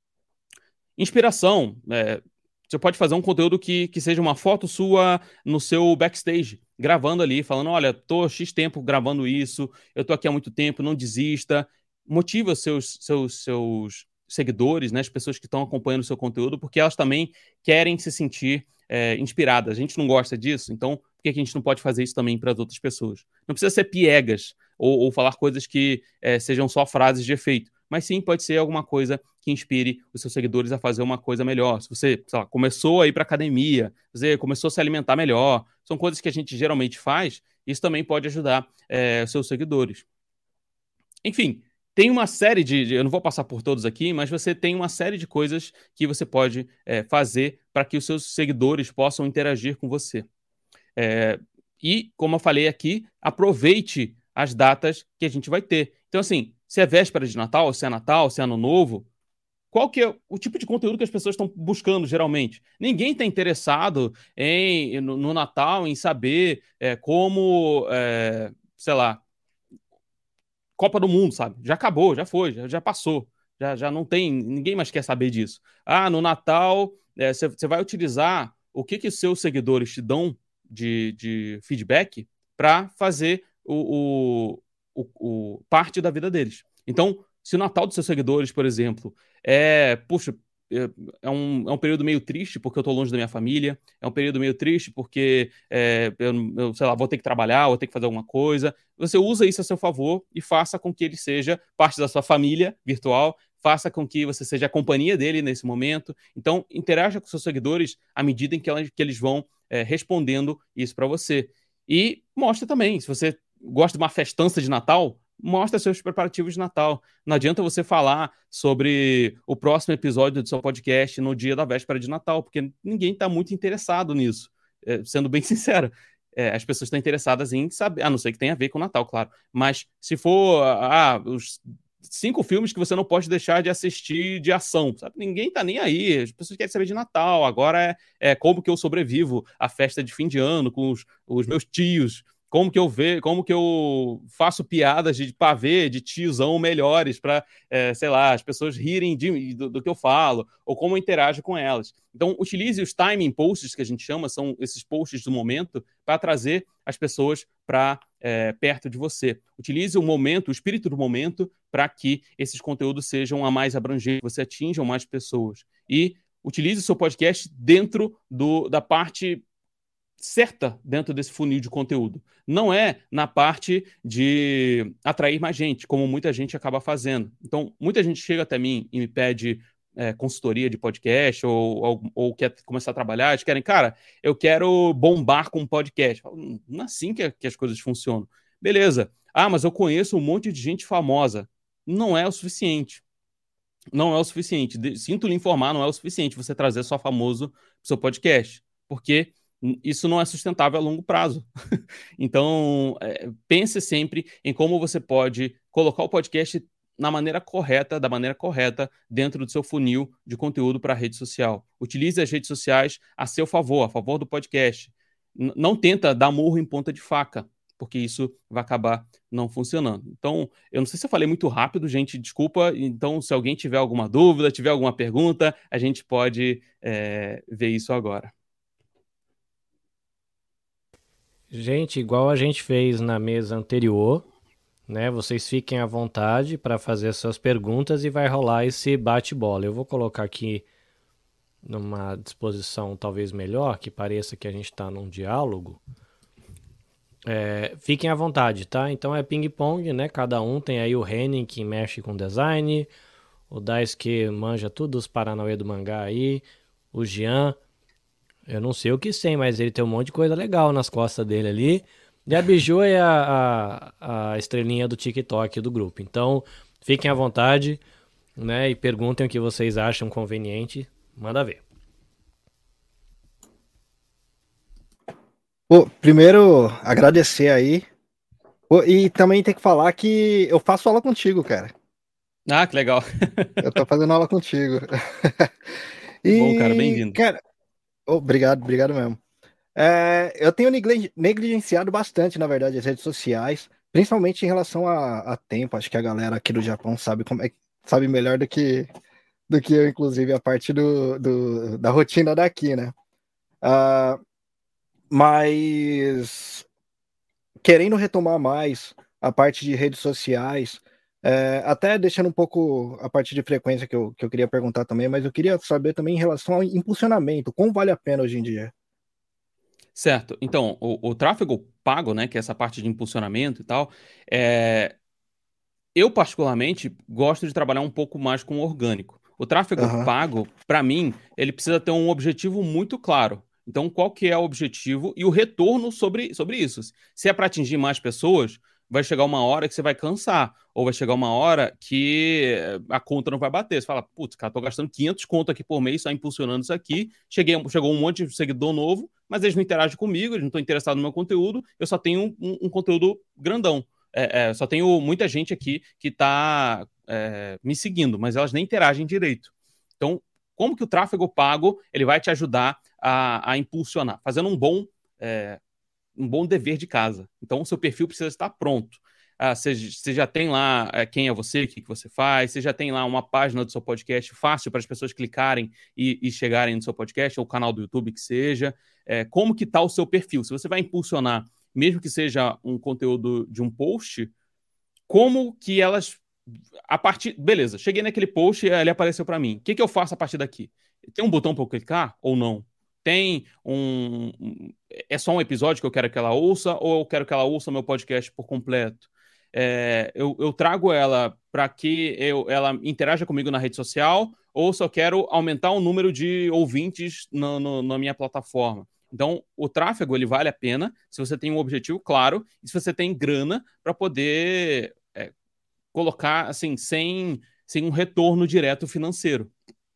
Inspiração. Você pode fazer um conteúdo que seja uma foto sua no seu backstage, gravando ali, falando, olha, tô X tempo gravando isso, eu tô aqui há muito tempo, não desista. Motiva seus seguidores, né, as pessoas que estão acompanhando o seu conteúdo, porque elas também querem se sentir inspiradas. A gente não gosta disso, então por que a gente não pode fazer isso também para as outras pessoas? Não precisa ser piegas ou falar coisas que sejam só frases de efeito, mas sim pode ser alguma coisa que inspire os seus seguidores a fazer uma coisa melhor. Se você, sei lá, começou a ir para academia, você começou a se alimentar melhor, são coisas que a gente geralmente faz, isso também pode ajudar os seus seguidores. Enfim, tem uma série eu não vou passar por todos aqui, mas você tem uma série de coisas que você pode fazer para que os seus seguidores possam interagir com você. E, como eu falei aqui, aproveite as datas que a gente vai ter. Então, assim, se é véspera de Natal, se é Ano Novo, qual que é o tipo de conteúdo que as pessoas estão buscando, geralmente? Ninguém está interessado no Natal em saber como, sei lá, Copa do Mundo, sabe? Já acabou, já foi, já passou. Já não tem, ninguém mais quer saber disso. No Natal, você vai utilizar o que os seus seguidores te dão de feedback para fazer parte da vida deles. Então, se o Natal dos seus seguidores, por exemplo, puxa, é um período meio triste porque eu tô longe da minha família, é um período meio triste porque eu sei lá, vou ter que trabalhar, vou ter que fazer alguma coisa. Você usa isso a seu favor e faça com que ele seja parte da sua família virtual, faça com que você seja a companhia dele nesse momento. Então, interaja com seus seguidores à medida em que eles vão respondendo isso para você. E mostra também, se você gosta de uma festança de Natal, mostra seus preparativos de Natal. Não adianta você falar sobre o próximo episódio do seu podcast no dia da véspera de Natal, porque ninguém está muito interessado nisso. Sendo bem sincero, as pessoas estão interessadas em saber, a não ser que tenha a ver com o Natal, claro. Mas se for os 5 filmes que você não pode deixar de assistir de ação, sabe? Ninguém tá nem aí, as pessoas querem saber de Natal. Agora como que eu sobrevivo à festa de fim de ano com os meus tios. Como que eu faço piadas de pavê, de tiozão melhores para, sei lá, as pessoas rirem do que eu falo, ou como eu interajo com elas. Então, utilize os timing posts, que a gente chama, são esses posts do momento, para trazer as pessoas para perto de você. Utilize o momento, o espírito do momento, para que esses conteúdos sejam a mais abrangentes, você atinjam mais pessoas. E utilize o seu podcast dentro da parte certa dentro desse funil de conteúdo. Não é na parte de atrair mais gente, como muita gente acaba fazendo. Então, muita gente chega até mim e me pede consultoria de podcast ou quer começar a trabalhar, eles querem, cara, eu quero bombar com um podcast. Não é assim que as coisas funcionam. Beleza. Mas eu conheço um monte de gente famosa. Não é o suficiente. Não é o suficiente. Sinto lhe informar, não é o suficiente você trazer só famoso pro seu podcast. Porque isso não é sustentável a longo prazo. Então, pense sempre em como você pode colocar o podcast da maneira correta, dentro do seu funil de conteúdo para a rede social. Utilize as redes sociais a seu favor, a favor do podcast. Não tenta dar murro em ponta de faca, porque isso vai acabar não funcionando. Então, eu não sei se eu falei muito rápido, gente, desculpa. Então, se alguém tiver alguma dúvida, tiver alguma pergunta, a gente pode ver isso agora. Gente, igual a gente fez na mesa anterior, né? Vocês fiquem à vontade para fazer suas perguntas e vai rolar esse bate-bola. Eu vou colocar aqui numa disposição talvez melhor, que pareça que a gente está num diálogo. Fiquem à vontade, tá? Então é ping-pong, né? Cada um tem aí o Henning que mexe com design, o Dais que manja tudo os Paranauê do mangá aí, o Jean... Eu não sei o que sei, mas ele tem um monte de coisa legal nas costas dele ali. E a Biju é a estrelinha do TikTok do grupo. Então, fiquem à vontade, né? E perguntem o que vocês acham conveniente. Manda ver. Primeiro, agradecer aí. E também tem que falar que eu faço aula contigo, cara. Que legal. Eu tô fazendo aula contigo. Bom, cara, bem-vindo. Cara, obrigado mesmo. Eu tenho negligenciado bastante, na verdade, as redes sociais, principalmente em relação a tempo. Acho que a galera aqui do Japão sabe sabe melhor do que eu, inclusive, a parte da rotina daqui, né? Mas querendo retomar mais a parte de redes sociais, até deixando um pouco a parte de frequência que eu queria perguntar também, mas eu queria saber também em relação ao impulsionamento, como vale a pena hoje em dia? Certo. Então, o tráfego pago, né, que é essa parte de impulsionamento e tal, eu particularmente gosto de trabalhar um pouco mais com o orgânico. O tráfego pago, para mim, ele precisa ter um objetivo muito claro. Então, qual que é o objetivo e o retorno sobre isso? Se é para atingir mais pessoas, vai chegar uma hora que você vai cansar, ou vai chegar uma hora que a conta não vai bater. Você fala, putz, cara, tô gastando 500 conto aqui por mês só impulsionando isso aqui, chegou um monte de seguidor novo, mas eles não interagem comigo, eles não estão interessados no meu conteúdo, eu só tenho um conteúdo grandão. Só tenho muita gente aqui que tá me seguindo, mas elas nem interagem direito. Então, como que o tráfego pago ele vai te ajudar a impulsionar? Fazendo um bom dever de casa. Então, o seu perfil precisa estar pronto. Você já tem lá quem é você, o que você faz, você já tem lá uma página do seu podcast fácil para as pessoas clicarem e chegarem no seu podcast, ou canal do YouTube que seja. Como que está o seu perfil? Se você vai impulsionar, mesmo que seja um conteúdo de um post, como que elas... Beleza, cheguei naquele post e ele apareceu para mim. O que eu faço a partir daqui? Tem um botão para eu clicar ou não? Tem é só um episódio que eu quero que ela ouça, ou eu quero que ela ouça o meu podcast por completo? Eu trago ela para que ela interaja comigo na rede social, ou só quero aumentar o número de ouvintes na minha plataforma? Então, o tráfego ele vale a pena se você tem um objetivo claro e se você tem grana para poder colocar assim, sem um retorno direto financeiro.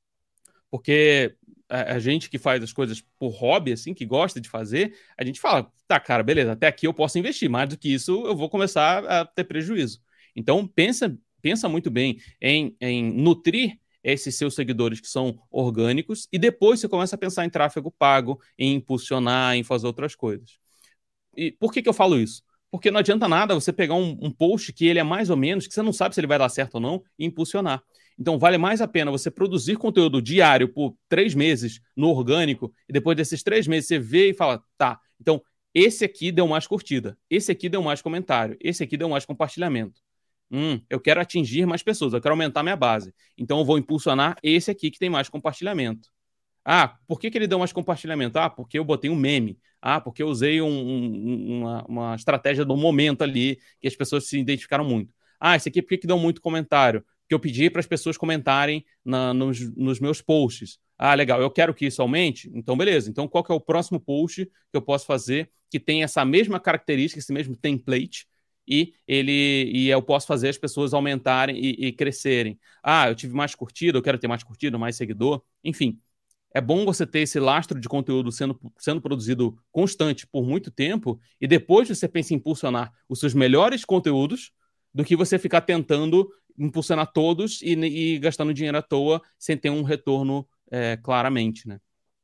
Porque a gente que faz as coisas por hobby, assim, que gosta de fazer, a gente fala, tá, cara, beleza, até aqui eu posso investir, mais do que isso eu vou começar a ter prejuízo. Então, pensa muito bem em nutrir esses seus seguidores que são orgânicos e depois você começa a pensar em tráfego pago, em impulsionar, em fazer outras coisas. E por que eu falo isso? Porque não adianta nada você pegar um post que ele é mais ou menos, que você não sabe se ele vai dar certo ou não, e impulsionar. Então, vale mais a pena você produzir conteúdo diário por 3 meses no orgânico, e depois desses 3 meses você vê e fala, tá, então esse aqui deu mais curtida, esse aqui deu mais comentário, esse aqui deu mais compartilhamento. Eu quero atingir mais pessoas, eu quero aumentar minha base. Então, eu vou impulsionar esse aqui que tem mais compartilhamento. Por que ele deu mais compartilhamento? Porque eu botei um meme. Porque eu usei uma estratégia do momento ali, que as pessoas se identificaram muito. Esse aqui por que deu muito comentário? Porque eu pedi para as pessoas comentarem nos meus posts. Legal, eu quero que isso aumente? Então, beleza. Então, qual que é o próximo post que eu posso fazer que tem essa mesma característica, esse mesmo template, e eu posso fazer as pessoas aumentarem e crescerem? Eu tive mais curtida, eu quero ter mais curtida, mais seguidor. Enfim, é bom você ter esse lastro de conteúdo sendo produzido constante por muito tempo e depois você pensa em impulsionar os seus melhores conteúdos do que você ficar tentando impulsionar todos e gastando dinheiro à toa sem ter um retorno claramente, né?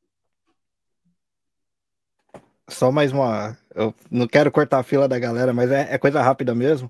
Só mais uma... Eu não quero cortar a fila da galera, mas é coisa rápida mesmo.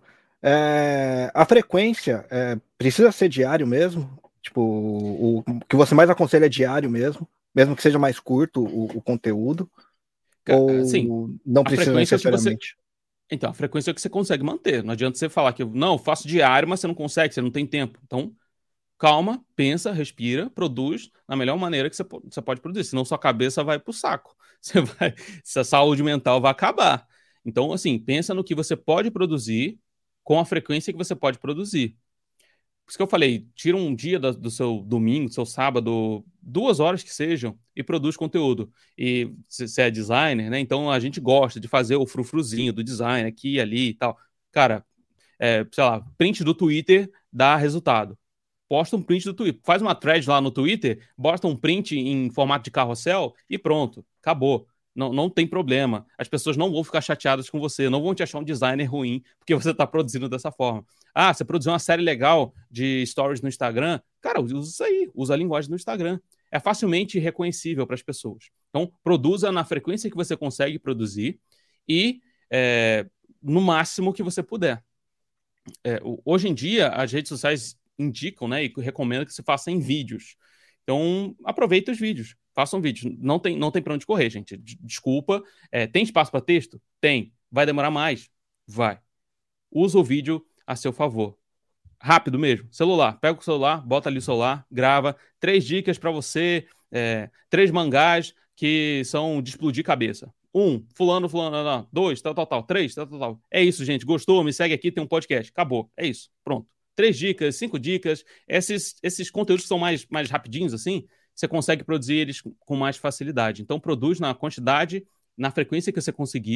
A frequência precisa ser diário mesmo? Tipo, o que você mais aconselha é diário mesmo que seja mais curto o conteúdo? Ou sim, não precisa necessariamente? Então, a frequência é o que você consegue manter. Não adianta você falar que eu faço diário, mas você não consegue, você não tem tempo. Então, calma, pensa, respira, produz da melhor maneira que você pode produzir. Senão sua cabeça vai pro saco. Sua saúde mental vai acabar. Então, assim, pensa no que você pode produzir com a frequência que você pode produzir. Por isso que eu falei, tira um dia do seu domingo, do seu sábado, 2 horas que sejam, e produz conteúdo. E você é designer, né? Então a gente gosta de fazer o frufruzinho do design aqui e ali e tal. Cara, sei lá, print do Twitter dá resultado. Posta um print do Twitter. Faz uma thread lá no Twitter, bota um print em formato de carrossel e pronto, acabou. Não tem problema. As pessoas não vão ficar chateadas com você, não vão te achar um designer ruim porque você está produzindo dessa forma. Você produziu uma série legal de stories no Instagram? Cara, usa isso aí, usa a linguagem do Instagram. É facilmente reconhecível para as pessoas. Então, produza na frequência que você consegue produzir e no máximo que você puder. Hoje em dia, as redes sociais indicam, né, e recomendam que você faça em vídeos. Então, aproveita os vídeos. Faça um vídeo. Não tem para onde correr, gente. Desculpa. Tem espaço para texto? Tem. Vai demorar mais? Vai. Usa o vídeo a seu favor. Rápido mesmo. Celular. Pega o celular, bota ali o celular, grava. 3 dicas para você. 3 mangás que são de explodir cabeça. 1, fulano, 2, tal. 3, tal. É isso, gente. Gostou? Me segue aqui, tem um podcast. Acabou. É isso. Pronto. 3 dicas, 5 dicas. Esses conteúdos que são mais rapidinhos, assim, você consegue produzir eles com mais facilidade. Então, produz na quantidade, na frequência que você conseguir.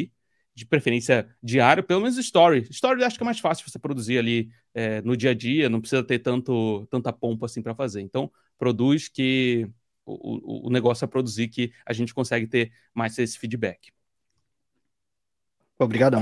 de preferência diário, pelo menos Story. Story eu acho que é mais fácil você produzir ali no dia a dia, não precisa ter tanta pompa assim para fazer. Então, produz que o negócio é produzir, que a gente consegue ter mais esse feedback. Obrigadão.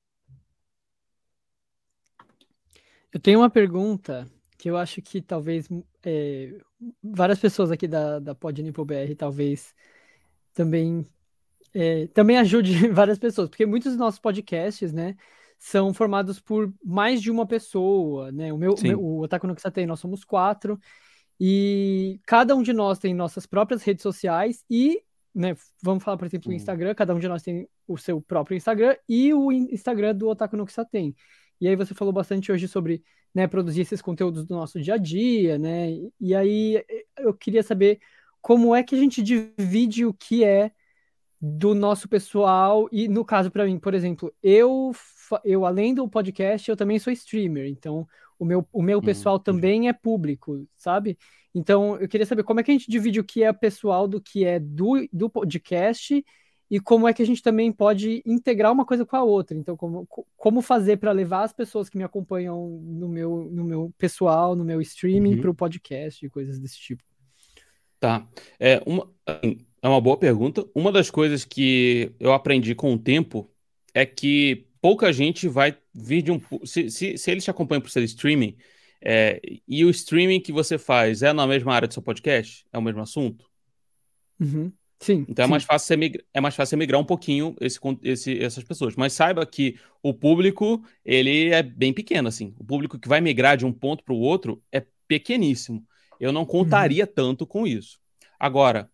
Eu tenho uma pergunta que eu acho que talvez várias pessoas aqui da Podnipo BR talvez também ajude várias pessoas, porque muitos dos nossos podcasts, né, são formados por mais de uma pessoa, né? O Otaku no Kisatei, nós somos 4, e cada um de nós tem nossas próprias redes sociais e, né, vamos falar, por exemplo, o Instagram, cada um de nós tem o seu próprio Instagram e o Instagram do Otaku no Kisatei. E aí você falou bastante hoje sobre, né, produzir esses conteúdos do nosso dia a dia, né? E aí eu queria saber como é que a gente divide o que é do nosso pessoal, e no caso para mim, por exemplo, eu além do podcast, eu também sou streamer, então o meu pessoal também é público, sabe? Então eu queria saber como é que a gente divide o que é pessoal do que é do podcast, e como é que a gente também pode integrar uma coisa com a outra. Então como fazer para levar as pessoas que me acompanham no meu pessoal, no meu streaming, para o podcast e coisas desse tipo. Tá. É uma boa pergunta. Uma das coisas que eu aprendi com o tempo é que pouca gente vai vir de um... Se eles te acompanham por ser streaming, e o streaming que você faz é na mesma área do seu podcast? É o mesmo assunto? Uhum. Sim. Então é mais fácil você migrar um pouquinho essas pessoas. Mas saiba que o público, ele é bem pequeno, assim. O público que vai migrar de um ponto para o outro é pequeníssimo. Eu não contaria tanto com isso. Agora,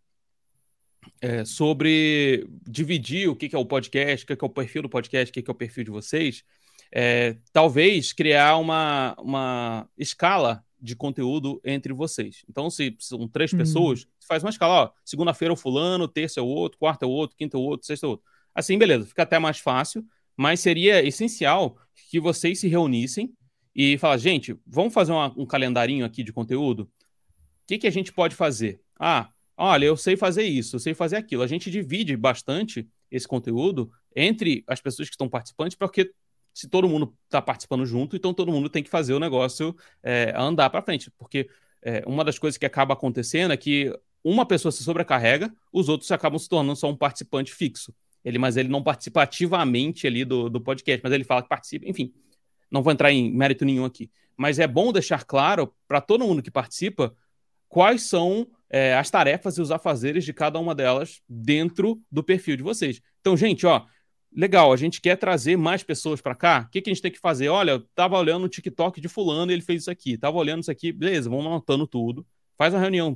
sobre dividir o que é o podcast, o que é o perfil do podcast, o que é o perfil de vocês, talvez criar uma escala de conteúdo entre vocês. Então, se são 3 pessoas, faz uma escala, ó, segunda-feira é o fulano, terça é o outro, quarta é o outro, quinta é o outro, sexta é o outro. Assim, beleza, fica até mais fácil, mas seria essencial que vocês se reunissem e falar, gente, vamos fazer um calendarinho aqui de conteúdo? O que a gente pode fazer? Olha, eu sei fazer isso, eu sei fazer aquilo. A gente divide bastante esse conteúdo entre as pessoas que estão participantes, porque se todo mundo está participando junto, então todo mundo tem que fazer o negócio andar para frente. Porque uma das coisas que acaba acontecendo é que uma pessoa se sobrecarrega, os outros acabam se tornando só um participante fixo. Mas ele não participa ativamente ali do podcast, mas ele fala que participa. Enfim, não vou entrar em mérito nenhum aqui. Mas é bom deixar claro para todo mundo que participa quais são as tarefas e os afazeres de cada uma delas dentro do perfil de vocês. Então, gente, ó, legal, a gente quer trazer mais pessoas para cá, o que a gente tem que fazer? Olha, eu tava olhando o TikTok de fulano e ele fez isso aqui, tava olhando isso aqui, beleza, vamos anotando tudo, faz uma reunião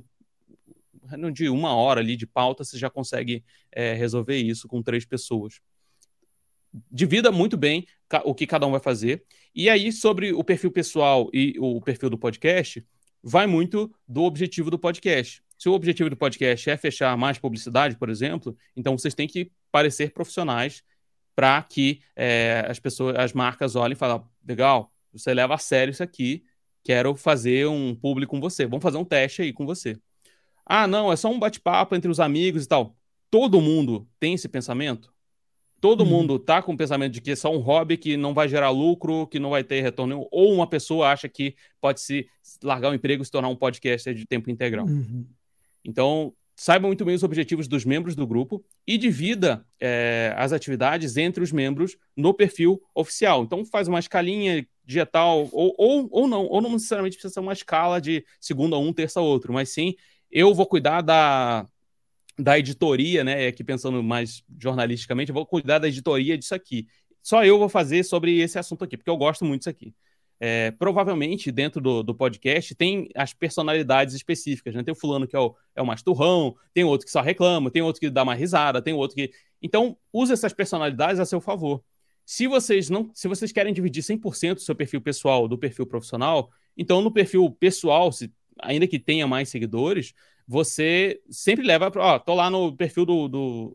de 1 hora ali de pauta, você já consegue resolver isso com 3 pessoas. Divida muito bem o que cada um vai fazer. E aí, sobre o perfil pessoal e o perfil do podcast, vai muito do objetivo do podcast. Se o objetivo do podcast é fechar mais publicidade, por exemplo, então vocês têm que parecer profissionais para que as marcas olhem e falem, legal, você leva a sério isso aqui, quero fazer um público com você, vamos fazer um teste aí com você. Não, é só um bate-papo entre os amigos e tal. Todo mundo tem esse pensamento? Todo mundo tá com o pensamento de que é só um hobby que não vai gerar lucro, que não vai ter retorno nenhum, ou uma pessoa acha que pode se largar o emprego e se tornar um podcaster de tempo integral. Então, saiba muito bem os objetivos dos membros do grupo e divida as atividades entre os membros no perfil oficial. Então, faz uma escalinha digital, ou não necessariamente precisa ser uma escala de segunda um, terça outro, mas sim, eu vou cuidar da editoria, né? Aqui pensando mais jornalisticamente, eu vou cuidar da editoria disso aqui. Só eu vou fazer sobre esse assunto aqui, porque eu gosto muito disso aqui. Provavelmente, dentro do podcast, tem as personalidades específicas, né? Tem o fulano que é o mais turrão, tem outro que só reclama, tem outro que dá uma risada, tem outro que... Então, use essas personalidades a seu favor. Se vocês querem dividir 100% o seu perfil pessoal do perfil profissional, então no perfil pessoal, ainda que tenha mais seguidores, você sempre leva para... tô lá no perfil do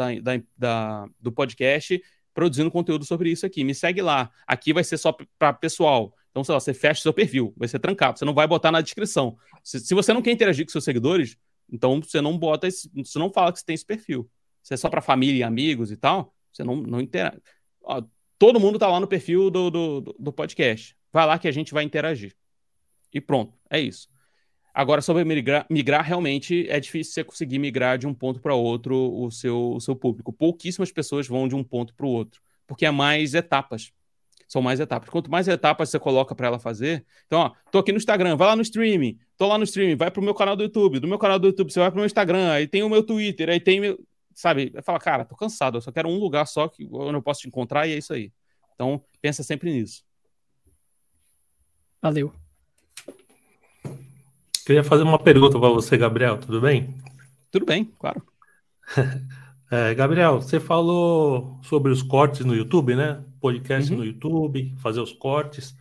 podcast produzindo conteúdo sobre isso aqui. Me segue lá. Aqui vai ser só para pessoal. Então, sei lá, você fecha o seu perfil. Vai ser trancado. Você não vai botar na descrição. Se você não quer interagir com seus seguidores, então você não bota você não fala que você tem esse perfil. Se é só para família e amigos e tal, Você não interage. Ó, todo mundo tá lá no perfil do podcast. Vai lá que a gente vai interagir. E pronto, é isso. Agora, sobre migrar, realmente é difícil você conseguir migrar de um ponto para outro o seu público. Pouquíssimas pessoas vão de um ponto para o outro, porque é mais etapas. São mais etapas. Quanto mais etapas você coloca para ela fazer... Então, ó, tô aqui no Instagram, vai lá no streaming. Tô lá no streaming, vai pro meu canal do YouTube. Do meu canal do YouTube, você vai pro meu Instagram. Aí tem o meu Twitter, aí tem meu... Sabe? Fala, cara, tô cansado. Eu só quero um lugar só onde eu posso te encontrar e é isso aí. Então, pensa sempre nisso. Valeu. Queria fazer uma pergunta para você, Gabriel, tudo bem? Tudo bem, claro. Gabriel, você falou sobre os cortes no YouTube, né? Podcast no YouTube, fazer os cortes.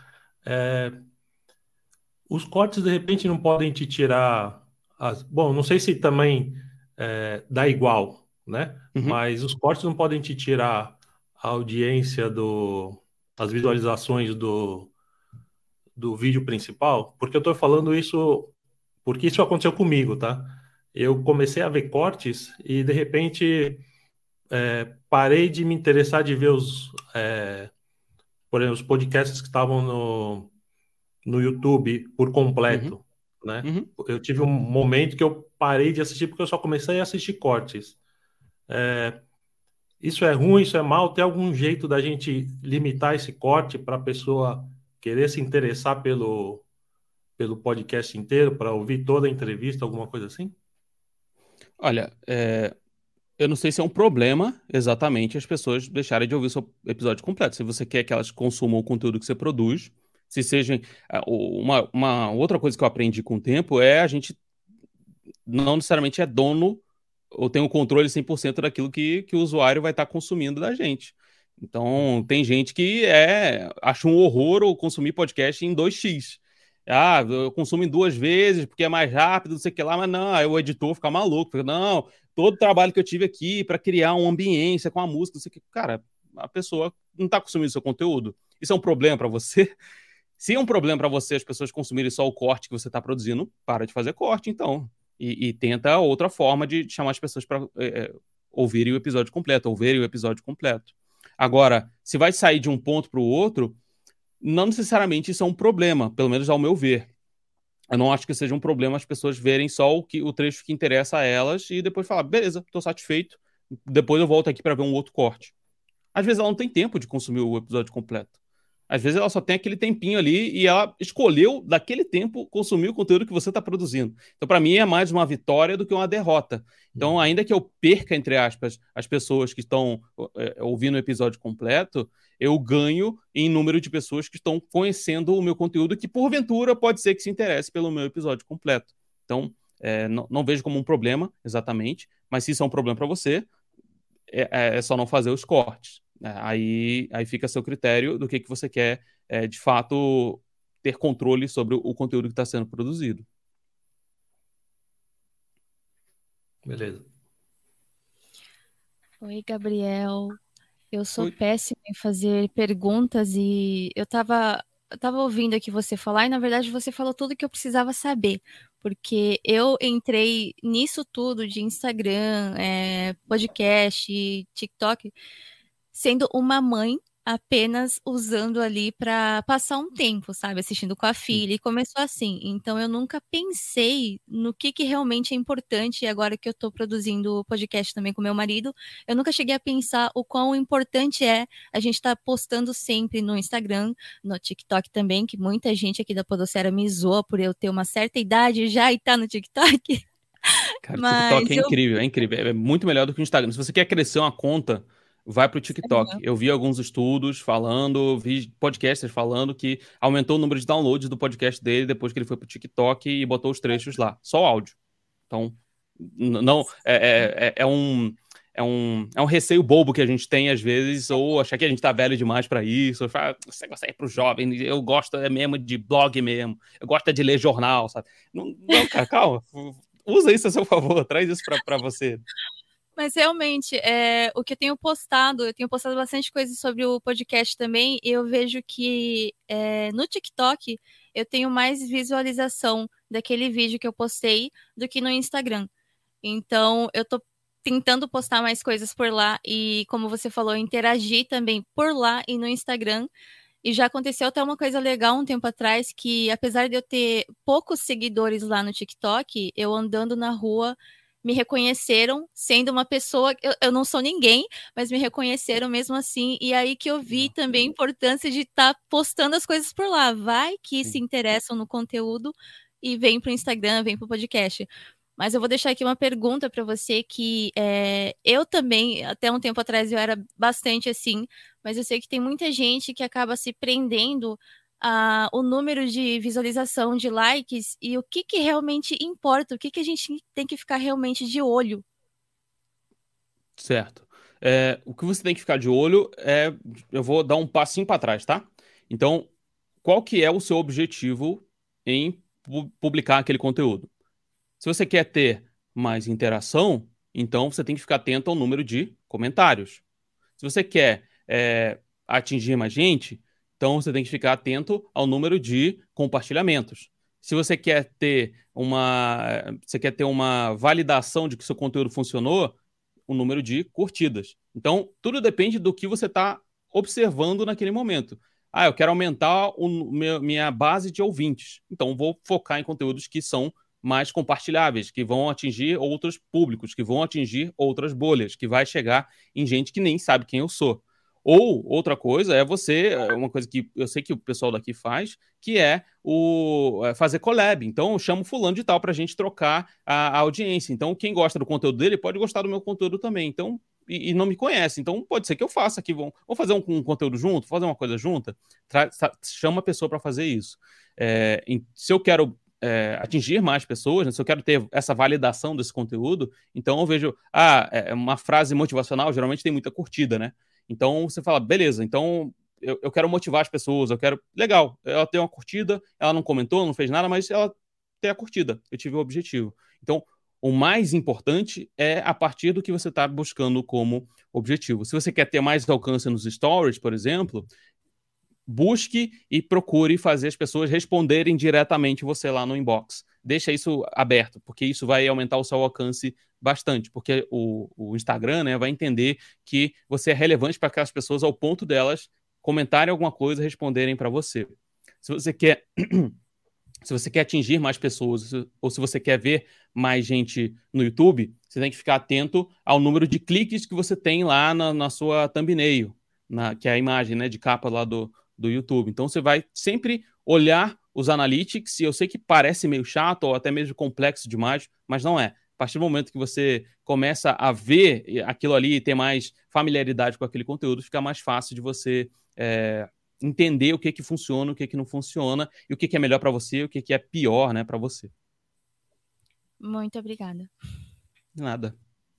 Os cortes, de repente, não podem te tirar... Bom, não sei se também dá igual, né? Mas os cortes não podem te tirar a audiência as visualizações do vídeo principal, porque eu tô falando isso... Porque isso aconteceu comigo, tá? Eu comecei a ver cortes e, de repente, parei de me interessar de ver por exemplo, os podcasts que estavam no YouTube por completo, né? Eu tive um momento que eu parei de assistir porque eu só comecei a assistir cortes. Isso é ruim, isso é mal? Tem algum jeito da gente limitar esse corte para a pessoa querer se interessar pelo podcast inteiro, para ouvir toda a entrevista, alguma coisa assim? Olha, eu não sei se é um problema exatamente as pessoas deixarem de ouvir o seu episódio completo. Se você quer que elas consumam o conteúdo que você produz, se seja... Uma outra coisa que eu aprendi com o tempo é a gente não necessariamente é dono ou tem o controle 100% daquilo que o usuário vai estar consumindo da gente. Então, tem gente que acha um horror ou consumir podcast em 2x. Eu consumo em 2 vezes porque é mais rápido, não sei o que lá, mas não, aí o editor fica maluco, fica, não, todo o trabalho que eu tive aqui para criar uma ambiência com a música, não sei o que. Cara, a pessoa não está consumindo seu conteúdo. Isso é um problema para você? Se é um problema para você as pessoas consumirem só o corte que você está produzindo, para de fazer corte, então. E tenta outra forma de chamar as pessoas para ouvirem o episódio completo, ou verem o episódio completo. Agora, se vai sair de um ponto para o outro, não necessariamente isso é um problema, pelo menos ao meu ver. Eu não acho que seja um problema as pessoas verem só o trecho que interessa a elas e depois falar, beleza, estou satisfeito, depois eu volto aqui para ver um outro corte. Às vezes ela não tem tempo de consumir o episódio completo. Às vezes ela só tem aquele tempinho ali e ela escolheu, daquele tempo, consumir o conteúdo que você está produzindo. Então, para mim, é mais uma vitória do que uma derrota. Então, ainda que eu perca, entre aspas, as pessoas que estão ouvindo o episódio completo, eu ganho em número de pessoas que estão conhecendo o meu conteúdo, que, porventura, pode ser que se interesse pelo meu episódio completo. Então, não vejo como um problema, exatamente, mas se isso é um problema para você, é só não fazer os cortes. Aí fica a seu critério do que você quer, de fato, ter controle sobre o conteúdo que está sendo produzido. Beleza. Oi, Gabriel. Eu sou péssima em fazer perguntas e eu tava ouvindo aqui você falar e, na verdade, você falou tudo que eu precisava saber, porque eu entrei nisso tudo de Instagram, podcast, TikTok, sendo uma mãe apenas usando ali para passar um tempo, sabe? Assistindo com a filha, e começou assim. Então, eu nunca pensei no que realmente é importante. E agora que eu estou produzindo o podcast também com meu marido, eu nunca cheguei a pensar o quão importante é a gente estar postando sempre no Instagram, no TikTok também, que muita gente aqui da Podosfera me zoa por eu ter uma certa idade já e estar no TikTok. Cara, o TikTok é incrível. É muito melhor do que o Instagram. Se você quer crescer uma conta, vai pro TikTok. Eu vi alguns estudos falando, vi podcasters falando que aumentou o número de downloads do podcast dele depois que ele foi pro TikTok e botou os trechos lá. Só o áudio. Então, não é um receio bobo que a gente tem às vezes, ou achar que a gente tá velho demais pra isso, ou falar, esse negócio aí é pro jovem, eu gosto mesmo de blog mesmo, eu gosto de ler jornal, sabe? Não, cara, calma. Usa isso a seu favor, traz isso pra você. Mas realmente, o que eu tenho postado bastante coisa sobre o podcast também, e eu vejo que no TikTok eu tenho mais visualização daquele vídeo que eu postei do que no Instagram. Então, eu tô tentando postar mais coisas por lá e, como você falou, interagir também por lá e no Instagram. E já aconteceu até uma coisa legal um tempo atrás, que apesar de eu ter poucos seguidores lá no TikTok, eu andando na rua, me reconheceram sendo uma pessoa, eu não sou ninguém, mas me reconheceram mesmo assim, e aí que eu vi também a importância de estar postando as coisas por lá. Vai que se interessam no conteúdo e vem para o Instagram, vem para o podcast. Mas eu vou deixar aqui uma pergunta para você que eu também, até um tempo atrás, eu era bastante assim, mas eu sei que tem muita gente que acaba se prendendo o número de visualização, de likes, e o que realmente importa, o que a gente tem que ficar realmente de olho. Certo. O que você tem que ficar de olho eu vou dar um passinho para trás, tá? Então, qual que é o seu objetivo em publicar aquele conteúdo? Se você quer ter mais interação, então você tem que ficar atento ao número de comentários. Se você quer atingir mais gente, então você tem que ficar atento ao número de compartilhamentos. Se você quer ter uma validação de que seu conteúdo funcionou, o número de curtidas. Então, tudo depende do que você está observando naquele momento. Eu quero aumentar minha base de ouvintes. Então, vou focar em conteúdos que são mais compartilháveis, que vão atingir outros públicos, que vão atingir outras bolhas, que vai chegar em gente que nem sabe quem eu sou. Ou outra coisa uma coisa que eu sei que o pessoal daqui faz, que é fazer collab. Então eu chamo fulano de tal pra gente trocar a audiência. Então quem gosta do conteúdo dele pode gostar do meu conteúdo também. Então, e não me conhece. Então pode ser que eu faça aqui, vamos fazer um conteúdo junto, fazer uma coisa junta. Chama a pessoa para fazer isso. Se eu quero atingir mais pessoas, né? Se eu quero ter essa validação desse conteúdo, então eu vejo, uma frase motivacional geralmente tem muita curtida, né? Então você fala, beleza, então eu quero motivar as pessoas, legal, ela tem uma curtida, ela não comentou, não fez nada, mas ela tem a curtida, eu tive o objetivo. Então, o mais importante é a partir do que você está buscando como objetivo. Se você quer ter mais alcance nos stories, por exemplo, busque e procure fazer as pessoas responderem diretamente você lá no inbox. Deixa isso aberto, porque isso vai aumentar o seu alcance bastante, porque o Instagram, né, vai entender que você é relevante para aquelas pessoas ao ponto delas comentarem alguma coisa e responderem para você. Se você quer atingir mais pessoas, ou se você quer ver mais gente no YouTube, você tem que ficar atento ao número de cliques que você tem lá na sua thumbnail, que é a imagem, né, de capa lá do YouTube. Então você vai sempre olhar os analytics, e eu sei que parece meio chato ou até mesmo complexo demais, mas não é. A partir do momento que você começa a ver aquilo ali e ter mais familiaridade com aquele conteúdo, fica mais fácil de você entender o que funciona, o que não funciona, e o que é melhor para você, o que é pior, né, para você. Muito obrigada. De nada.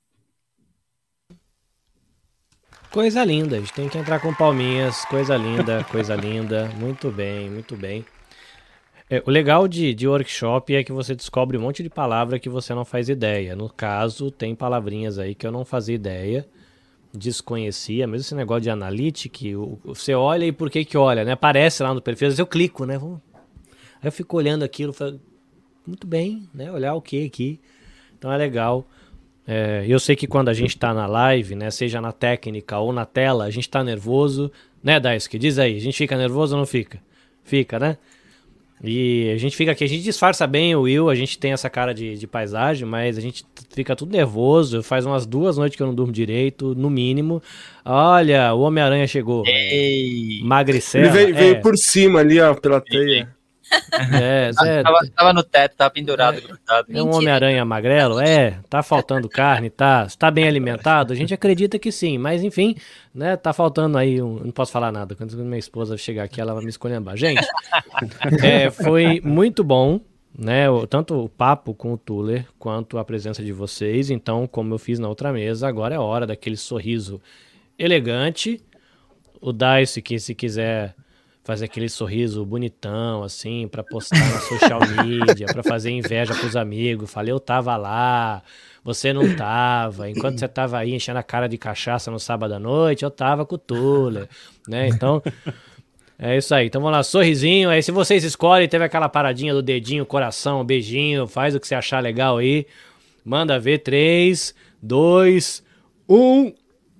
Coisa linda, a gente tem que entrar com palminhas, coisa linda, muito bem, muito bem. O legal de workshop é que você descobre um monte de palavra que você não faz ideia. No caso, tem palavrinhas aí que eu não fazia ideia, desconhecia, mesmo esse negócio de analytics, você olha e por que olha, né? Aparece lá no perfil, às vezes eu clico, né? Aí eu fico olhando aquilo, falo, muito bem, né? Olhar o que aqui, então é legal. Eu sei que quando a gente tá na live, né, seja na técnica ou na tela, a gente tá nervoso, né, Daisuke? Diz aí, a gente fica nervoso ou não fica? Fica, né? E a gente fica aqui, a gente disfarça bem o Will, a gente tem essa cara de paisagem, mas a gente fica tudo nervoso, faz umas 2 noites que eu não durmo direito, no mínimo. Olha, o Homem-Aranha chegou. Magricela. Ele veio por cima ali, ó, pela teia. Tava no teto, tava pendurado, grudado. É um Homem-Aranha magrelo? Tá faltando carne, tá bem alimentado? A gente acredita que sim, mas enfim, né, tá faltando aí não posso falar nada, quando minha esposa chegar aqui, ela vai me escolher. Gente, foi muito bom, né, tanto o papo com o Tuller, quanto a presença de vocês. Então, como eu fiz na outra mesa, agora é hora daquele sorriso elegante. O Dice, que se quiser fazer aquele sorriso bonitão, assim, pra postar na social media, pra fazer inveja pros amigos. Falei, eu tava lá, você não tava. Enquanto você tava aí enchendo a cara de cachaça no sábado à noite, eu tava com o Tuller, né? Então, é isso aí. Então vamos lá, sorrisinho. Aí se vocês escolhem, teve aquela paradinha do dedinho, coração, beijinho, faz o que você achar legal aí. Manda ver, 3, 2, 1.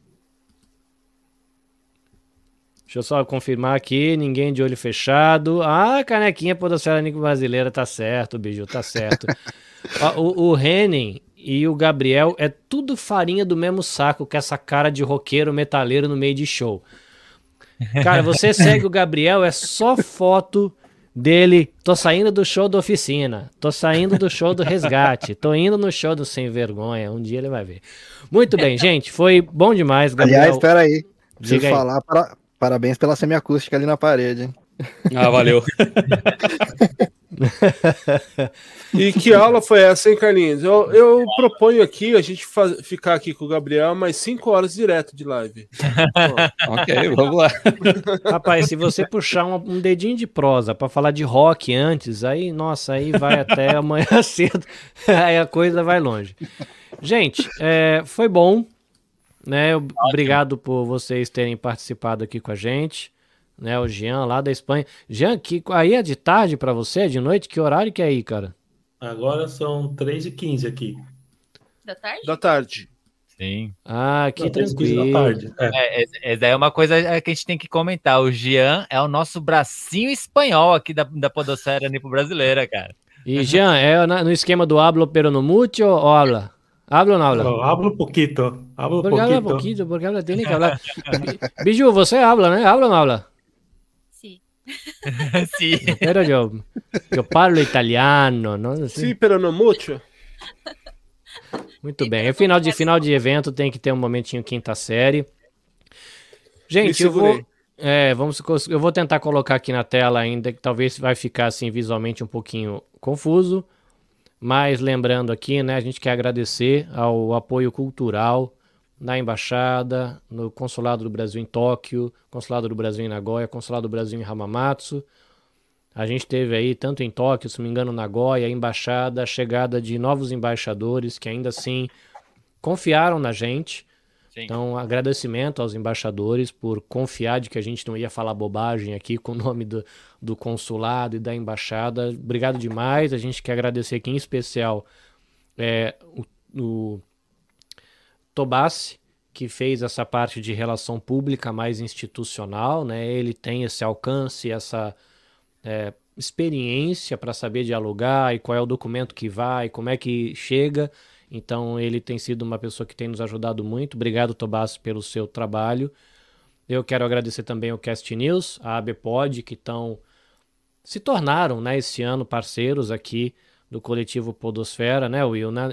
Deixa eu só confirmar aqui, ninguém de olho fechado. Ah, canequinha Podosfera Nico Brasileira, tá certo, Biju, tá certo. Ó, o Renan e o Gabriel é tudo farinha do mesmo saco, com essa cara de roqueiro metaleiro no meio de show. Cara, você segue o Gabriel, é só foto dele. Tô saindo do show da oficina, tô saindo do show do resgate, tô indo no show do Sem Vergonha. Um dia ele vai ver. Muito bem, gente, foi bom demais, Gabriel. Aliás, espera aí. Preciso Diga aí. falar parabéns pela semiacústica ali na parede, hein? Ah, valeu. E que aula foi essa, hein, Carlinhos? Eu proponho aqui a gente ficar aqui com o Gabriel mais 5 horas direto de live. Ok, vamos lá. Rapaz, se você puxar um dedinho de prosa pra falar de rock antes, aí, nossa, aí vai até amanhã cedo, aí a coisa vai longe. Gente, foi bom, né? Obrigado por vocês terem participado aqui com a gente, né? O Jean lá da Espanha. Jean, aí é de tarde pra você, de noite? Que horário que é aí, cara? Agora são 3h15 aqui. Da tarde? Da tarde. Sim. Ah, que Não, 3h15 da tranquilo. tarde. Essa daí é uma coisa que a gente tem que comentar. O Jean é o nosso bracinho espanhol aqui da Podosfera Nipo Brasileira, cara. E Jean, no esquema do hablo pero no mucho ou habla? ¿Habla o no habla? Oh, hablo poquito. Hablo Porque habla poquito. poquito, porque habla, tiene que hablar. Biju, você habla, né? Habla ou não habla? Sim. Sim. Pero eu parlo italiano, não assim. Sim, pero no mucho. Muito bem. E final de evento tem que ter um momentinho quinta série. Gente, eu vou tentar colocar aqui na tela ainda, que talvez vai ficar assim visualmente um pouquinho confuso. Mas lembrando aqui, né, a gente quer agradecer ao apoio cultural na Embaixada, no Consulado do Brasil em Tóquio, Consulado do Brasil em Nagoya, Consulado do Brasil em Hamamatsu. A gente teve aí, tanto em Tóquio, se não me engano, Nagoya, a Embaixada, a chegada de novos embaixadores que ainda assim confiaram na gente. Sim. Então, agradecimento aos embaixadores por confiar de que a gente não ia falar bobagem aqui com o nome do consulado e da embaixada. Obrigado demais. A gente quer agradecer aqui em especial o Tobassi, que fez essa parte de relação pública mais institucional, né? Ele tem esse alcance, essa experiência para saber dialogar e qual é o documento que vai, como é que chega. Então ele tem sido uma pessoa que tem nos ajudado muito. Obrigado, Tobassi, pelo seu trabalho. Eu quero agradecer também ao Cast News, a ABPod, que se tornaram, né, esse ano parceiros aqui do coletivo Podosfera, né, Will? Né?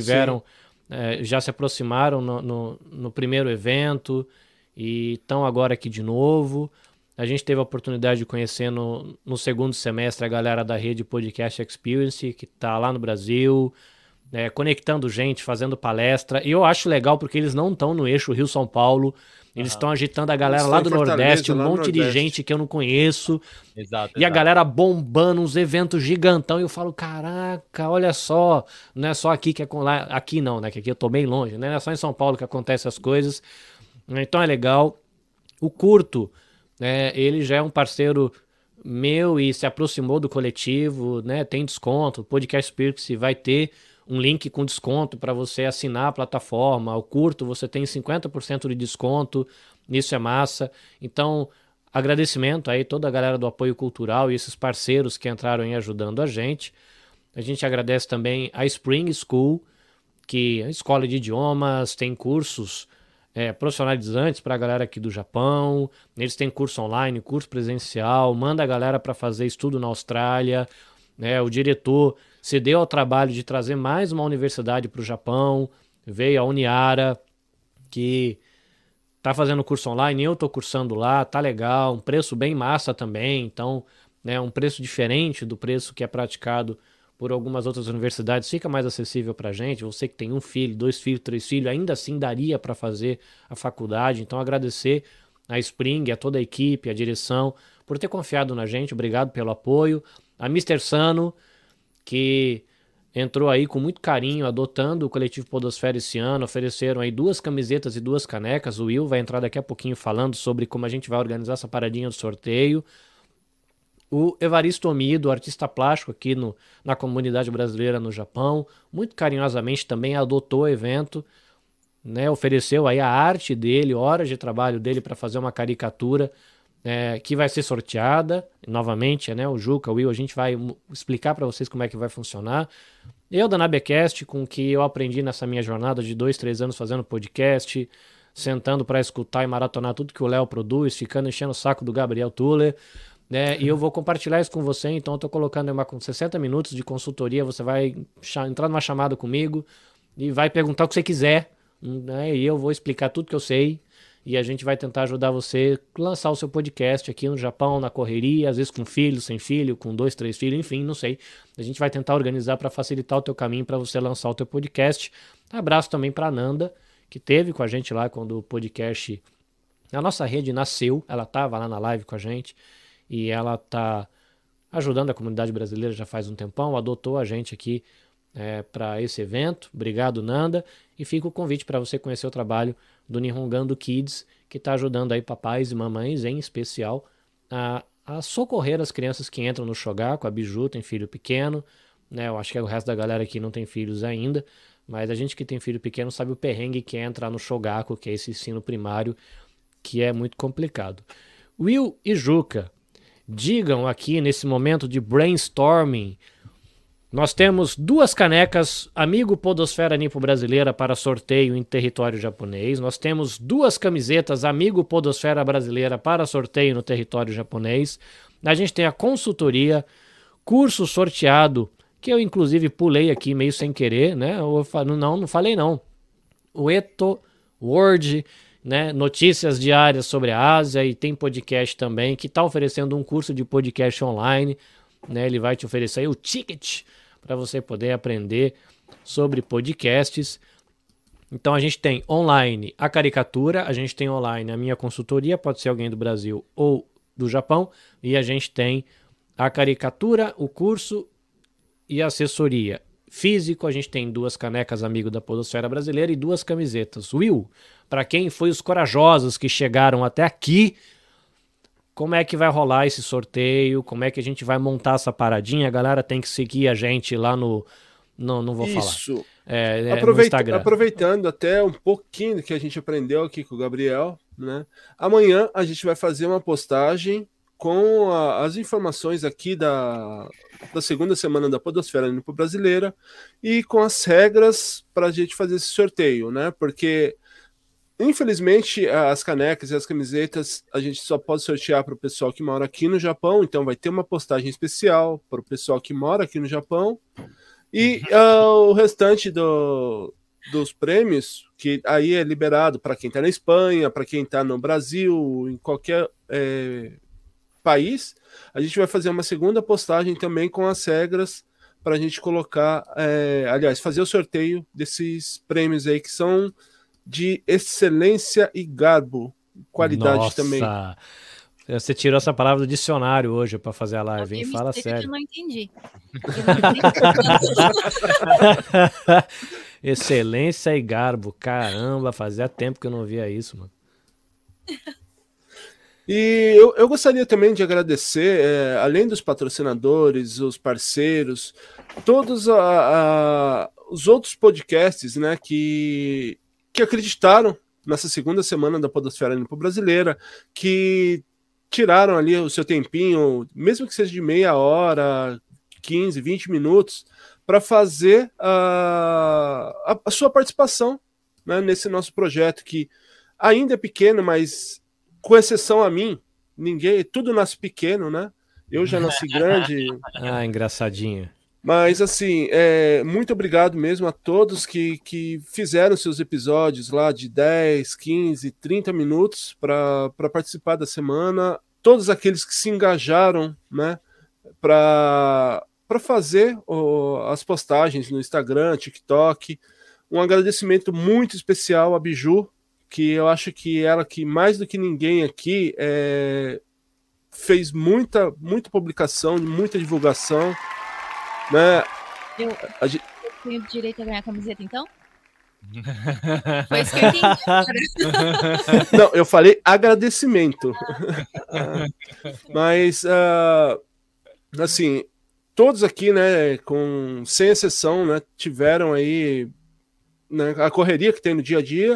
Já se aproximaram no primeiro evento e estão agora aqui de novo. A gente teve a oportunidade de conhecer no segundo semestre a galera da rede Podcast Experience, que está lá no Brasil, conectando gente, fazendo palestra. E eu acho legal porque eles não estão no eixo Rio-São Paulo. Eles estão agitando a galera lá do Nordeste, um monte de gente que eu não conheço. Exato. E a galera bombando, uns eventos gigantão. E eu falo, caraca, olha só. Não é só aqui que é lá. Aqui não, né? Que aqui eu tô bem longe, né? Não é só em São Paulo que acontecem as coisas. Então é legal. O Curto, ele já é um parceiro meu e se aproximou do coletivo, né? Tem desconto. O Podcast Spirit vai ter um link com desconto para você assinar a plataforma. O Curto, você tem 50% de desconto. Isso é massa. Então, agradecimento aí toda a galera do apoio cultural e esses parceiros que entraram aí ajudando a gente. A gente agradece também a Spring School, que é uma escola de idiomas, tem cursos profissionalizantes para a galera aqui do Japão. Eles têm curso online, curso presencial, manda a galera para fazer estudo na Austrália. O diretor se deu ao trabalho de trazer mais uma universidade para o Japão. Veio a Uniara, que tá fazendo curso online, eu tô cursando lá, tá legal, um preço bem massa também. Então, um preço diferente do preço que é praticado por algumas outras universidades, fica mais acessível pra gente. Você que tem 1 filho, 2 filhos, 3 filhos, ainda assim daria para fazer a faculdade. Então, agradecer a Spring, a toda a equipe, a direção, por ter confiado na gente. Obrigado pelo apoio. A Mr. Sano, que entrou aí com muito carinho, adotando o coletivo Podosfera esse ano. Ofereceram aí 2 camisetas e 2 canecas. O Will vai entrar daqui a pouquinho falando sobre como a gente vai organizar essa paradinha do sorteio. O Evaristo Omido, artista plástico aqui na comunidade brasileira no Japão, muito carinhosamente também adotou o evento, né, ofereceu aí a arte dele, horas de trabalho dele para fazer uma caricatura que vai ser sorteada novamente, né? O Juca, o Will, a gente vai explicar para vocês como é que vai funcionar. Eu, da Nabecast, com o que eu aprendi nessa minha jornada de 2, 3 anos fazendo podcast, sentando para escutar e maratonar tudo que o Léo produz, ficando enchendo o saco do Gabriel Tuller, né? E eu vou compartilhar isso com você, então eu tô colocando com 60 minutos de consultoria, você vai entrar numa chamada comigo e vai perguntar o que você quiser, né? E eu vou explicar tudo que eu sei. E a gente vai tentar ajudar você a lançar o seu podcast aqui no Japão, na correria, às vezes com filho, sem filho, com 2, 3 filhos, enfim, não sei. A gente vai tentar organizar para facilitar o teu caminho para você lançar o teu podcast. Abraço também para a Nanda, que teve com a gente lá quando o podcast, a nossa rede nasceu. Ela estava lá na live com a gente e ela está ajudando a comunidade brasileira já faz um tempão, adotou a gente aqui para esse evento. Obrigado, Nanda. E fica o convite para você conhecer o trabalho do Nihongando Kids, que está ajudando aí papais e mamães, em especial, a socorrer as crianças que entram no Shogaku. A Biju tem filho pequeno, né? Eu acho que o resto da galera aqui não tem filhos ainda, mas a gente que tem filho pequeno sabe o perrengue que é entrar no Shogaku, que é esse ensino primário, que é muito complicado. Will e Juca, digam aqui nesse momento de brainstorming. Nós temos 2 canecas Amigo Podosfera Nipo Brasileira para sorteio em território japonês. Nós temos 2 camisetas Amigo Podosfera Brasileira para sorteio no território japonês. A gente tem a consultoria, curso sorteado, que eu inclusive pulei aqui meio sem querer, né? Não falei não. O Eto Word, né? Notícias diárias sobre a Ásia, e tem podcast também, que está oferecendo um curso de podcast online, né? Ele vai te oferecer aí o ticket para você poder aprender sobre podcasts. Então a gente tem online a caricatura, a gente tem online a minha consultoria, pode ser alguém do Brasil ou do Japão, e a gente tem a caricatura, o curso e a assessoria. Físico, a gente tem 2 canecas Amigo da Podosfera Brasileira e 2 camisetas. Will, para quem foi os corajosos que chegaram até aqui, como é que vai rolar esse sorteio? Como é que a gente vai montar essa paradinha? A galera tem que seguir a gente lá no... Não vou falar. Isso. No Instagram. Aproveitando até um pouquinho do que a gente aprendeu aqui com o Gabriel, né? Amanhã a gente vai fazer uma postagem com as informações aqui da segunda semana da Podosfera Nipo Brasileira e com as regras para a gente fazer esse sorteio, né? Porque infelizmente, as canecas e as camisetas a gente só pode sortear para o pessoal que mora aqui no Japão, então vai ter uma postagem especial para o pessoal que mora aqui no Japão. E o restante dos prêmios, que aí é liberado para quem está na Espanha, para quem está no Brasil, em qualquer país, a gente vai fazer uma segunda postagem também com as regras para a gente colocar, aliás, fazer o sorteio desses prêmios aí que são de excelência e garbo, qualidade também. Nossa, você tirou essa palavra do dicionário hoje para fazer a live, hein? Fala sério. Eu não entendi. Excelência e garbo, caramba, fazia tempo que eu não via isso, mano. E eu gostaria também de agradecer, além dos patrocinadores, os parceiros, todos os outros podcasts, né, que acreditaram nessa segunda semana da Podosfera Nipo Brasileira, que tiraram ali o seu tempinho, mesmo que seja de meia hora, 15, 20 minutos, para fazer a sua participação, né, nesse nosso projeto, que ainda é pequeno, mas com exceção a mim, tudo nasce pequeno, né? Eu já nasci grande. Ah, engraçadinho. Mas, assim, muito obrigado mesmo a todos que fizeram seus episódios lá de 10, 15, 30 minutos para participar da semana. Todos aqueles que se engajaram, né, para fazer as postagens no Instagram, TikTok. Um agradecimento muito especial a Biju, que eu acho que ela, que mais do que ninguém aqui, fez muita publicação, muita divulgação. Né? Eu tenho direito a ganhar a camiseta, então? Foi isso que eu entendi. Não, eu falei agradecimento. Mas, assim, todos aqui, né, sem exceção, né, tiveram aí né, a correria que tem no dia a dia,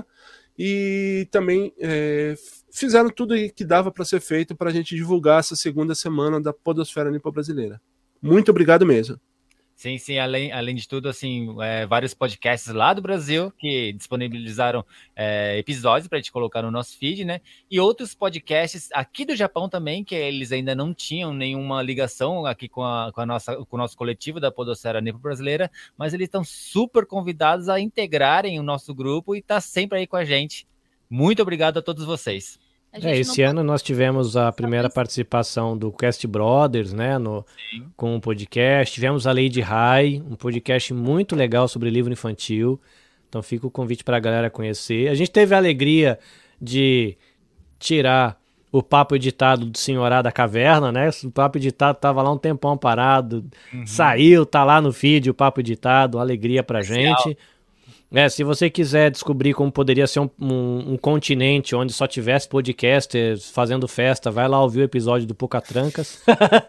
e também fizeram tudo que dava para ser feito para a gente divulgar essa segunda semana da Podosfera Nipo-Brasileira. Muito obrigado mesmo. Sim, sim, além de tudo, assim, vários podcasts lá do Brasil que disponibilizaram episódios para a gente colocar no nosso feed, né? E outros podcasts aqui do Japão também, que eles ainda não tinham nenhuma ligação aqui com o nosso coletivo da Podosfera Nipo-Brasileira, mas eles estão super convidados a integrarem o nosso grupo e tá sempre aí com a gente. Muito obrigado a todos vocês. Esse ano nós tivemos a primeira participação do Cast Brothers, né, com um podcast. Tivemos a Lady High, um podcast muito legal sobre livro infantil. Então fica o convite para a galera conhecer. A gente teve a alegria de tirar o papo editado do Senhorá da Caverna, né? O papo editado tava lá um tempão parado, saiu, tá lá no feed o papo editado, alegria pra gente. Se você quiser descobrir como poderia ser um continente onde só tivesse podcasters fazendo festa, vai lá ouvir o episódio do Pucatrancas.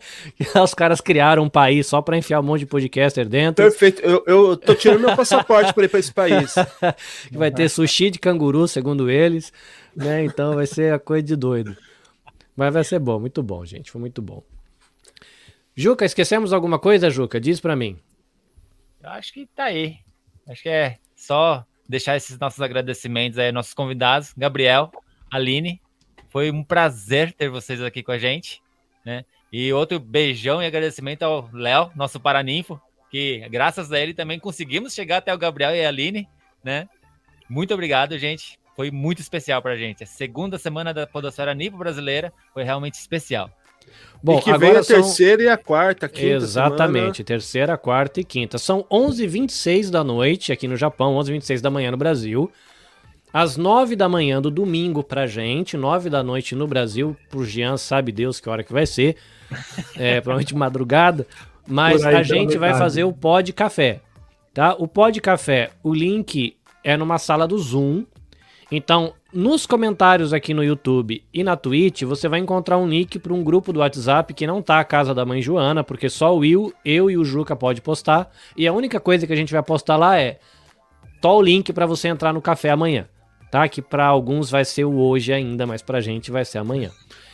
Os caras criaram um país só pra enfiar um monte de podcaster dentro. Perfeito, eu tô tirando meu passaporte pra ir pra esse país. Vai ter sushi de canguru, segundo eles, né? Então vai ser a coisa de doido. Mas vai ser bom, muito bom, gente, foi muito bom. Juca, esquecemos alguma coisa, Juca? Diz pra mim. Eu acho que tá aí. Acho que é só deixar esses nossos agradecimentos aí, nossos convidados, Gabriel, Aline, foi um prazer ter vocês aqui com a gente, né? E outro beijão e agradecimento ao Léo, nosso paraninfo, que graças a ele também conseguimos chegar até o Gabriel e a Aline, né? Muito obrigado, gente. Foi muito especial pra gente. A segunda semana da Podosfera Nipo-Brasileira foi realmente especial. Bom, e que vem a terceira e a quarta, quinta. Exatamente, semana. Terceira, quarta e quinta. São 11h26 da noite aqui no Japão, 11h26 da manhã no Brasil. Às 9 da manhã do domingo pra gente, 9 da noite no Brasil. Pro Jean, sabe Deus que hora que vai ser. Provavelmente madrugada. Mas a gente vai fazer o Pod Café, tá? O Pod Café, o link é numa sala do Zoom. Então, nos comentários aqui no YouTube e na Twitch, você vai encontrar um link para um grupo do WhatsApp que não tá a casa da mãe Joana, porque só o Will, eu e o Juca pode postar. E a única coisa que a gente vai postar lá é o link para você entrar no café amanhã, tá? Que para alguns vai ser o hoje ainda, mas pra gente vai ser amanhã.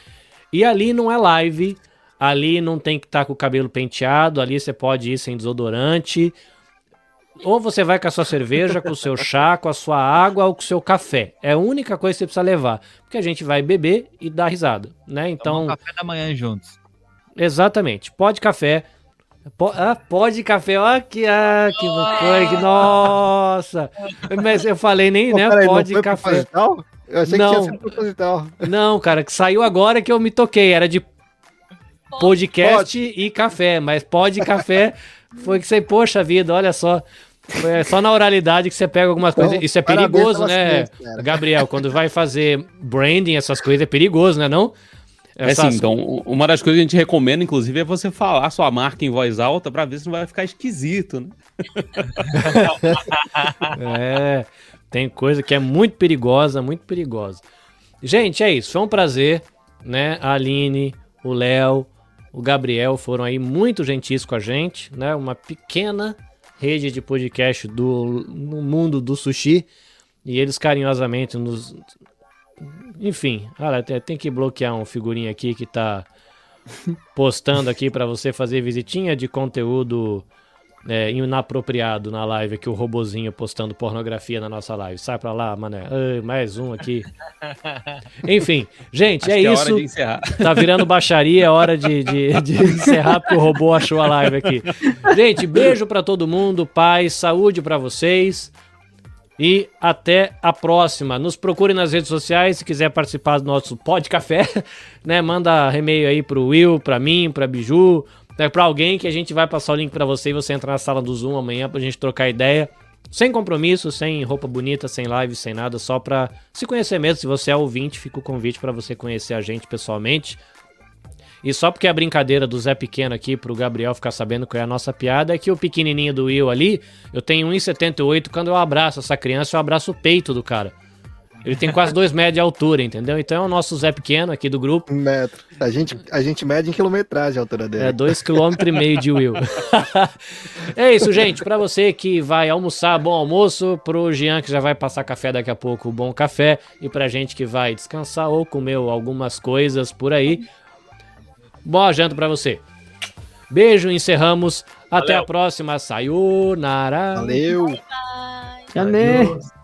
E ali não é live, ali não tem que estar com o cabelo penteado, ali você pode ir sem desodorante. Ou você vai com a sua cerveja, com o seu chá, com a sua água ou com o seu café. É a única coisa que você precisa levar. Porque a gente vai beber e dar risada, né? Então, café da manhã juntos. Exatamente. Pod café. Pod café. Ó, que coisa. Nossa. Mas eu falei nem, né? Peraí, pod café. Eu achei que tinha sido proposital. Não, cara, que saiu agora que eu me toquei. Era de podcast e café. Mas pod café... Foi que você, poxa vida, olha só. É só na oralidade que você pega algumas coisas. Isso é perigoso, né, Gabriel? Quando vai fazer branding, essas coisas, é perigoso, né, não? Então, uma das coisas que a gente recomenda, inclusive, é você falar sua marca em voz alta pra ver se não vai ficar esquisito, né? Tem coisa que é muito perigosa, muito perigosa. Gente, é isso. Foi um prazer, né? A Aline, o Léo, o Gabriel foram aí muito gentis com a gente, né? Uma pequena rede de podcast no mundo do sushi. E eles carinhosamente nos... Enfim, olha, tem que bloquear um figurinha aqui que tá postando aqui pra você fazer visitinha de conteúdo inapropriado na live aqui, o robozinho postando pornografia na nossa live. Sai pra lá, mané. Ai, mais um aqui. Enfim, gente, é isso. Hora de encerrar. Tá virando baixaria, é hora de encerrar porque o robô achou a live aqui. Gente, beijo pra todo mundo, paz, saúde pra vocês e até a próxima. Nos procure nas redes sociais se quiser participar do nosso Pod Café, né? Manda e-mail aí pro Will, pra mim, pra Biju, pra alguém que a gente vai passar o link pra você e você entrar na sala do Zoom amanhã pra gente trocar ideia. Sem compromisso, sem roupa bonita, sem live, sem nada, só pra se conhecer mesmo. Se você é ouvinte, fica o convite pra você conhecer a gente pessoalmente. E só porque a brincadeira do Zé Pequeno aqui, pro Gabriel ficar sabendo qual é a nossa piada, é que o pequenininho do Will ali, eu tenho 1,78, quando eu abraço essa criança, eu abraço o peito do cara. Ele tem quase 2 metros de altura, entendeu? Então é o nosso Zé Pequeno aqui do grupo. 1 metro. A gente mede em quilometragem a altura dele. É 2,5 km de Will. É isso, gente. Pra você que vai almoçar, bom almoço. Pro Jean, que já vai passar café daqui a pouco, bom café. E pra gente que vai descansar ou comer algumas coisas por aí, boa janta pra você. Beijo, encerramos. Até a próxima. Sayonara. Valeu. Bye. Amém.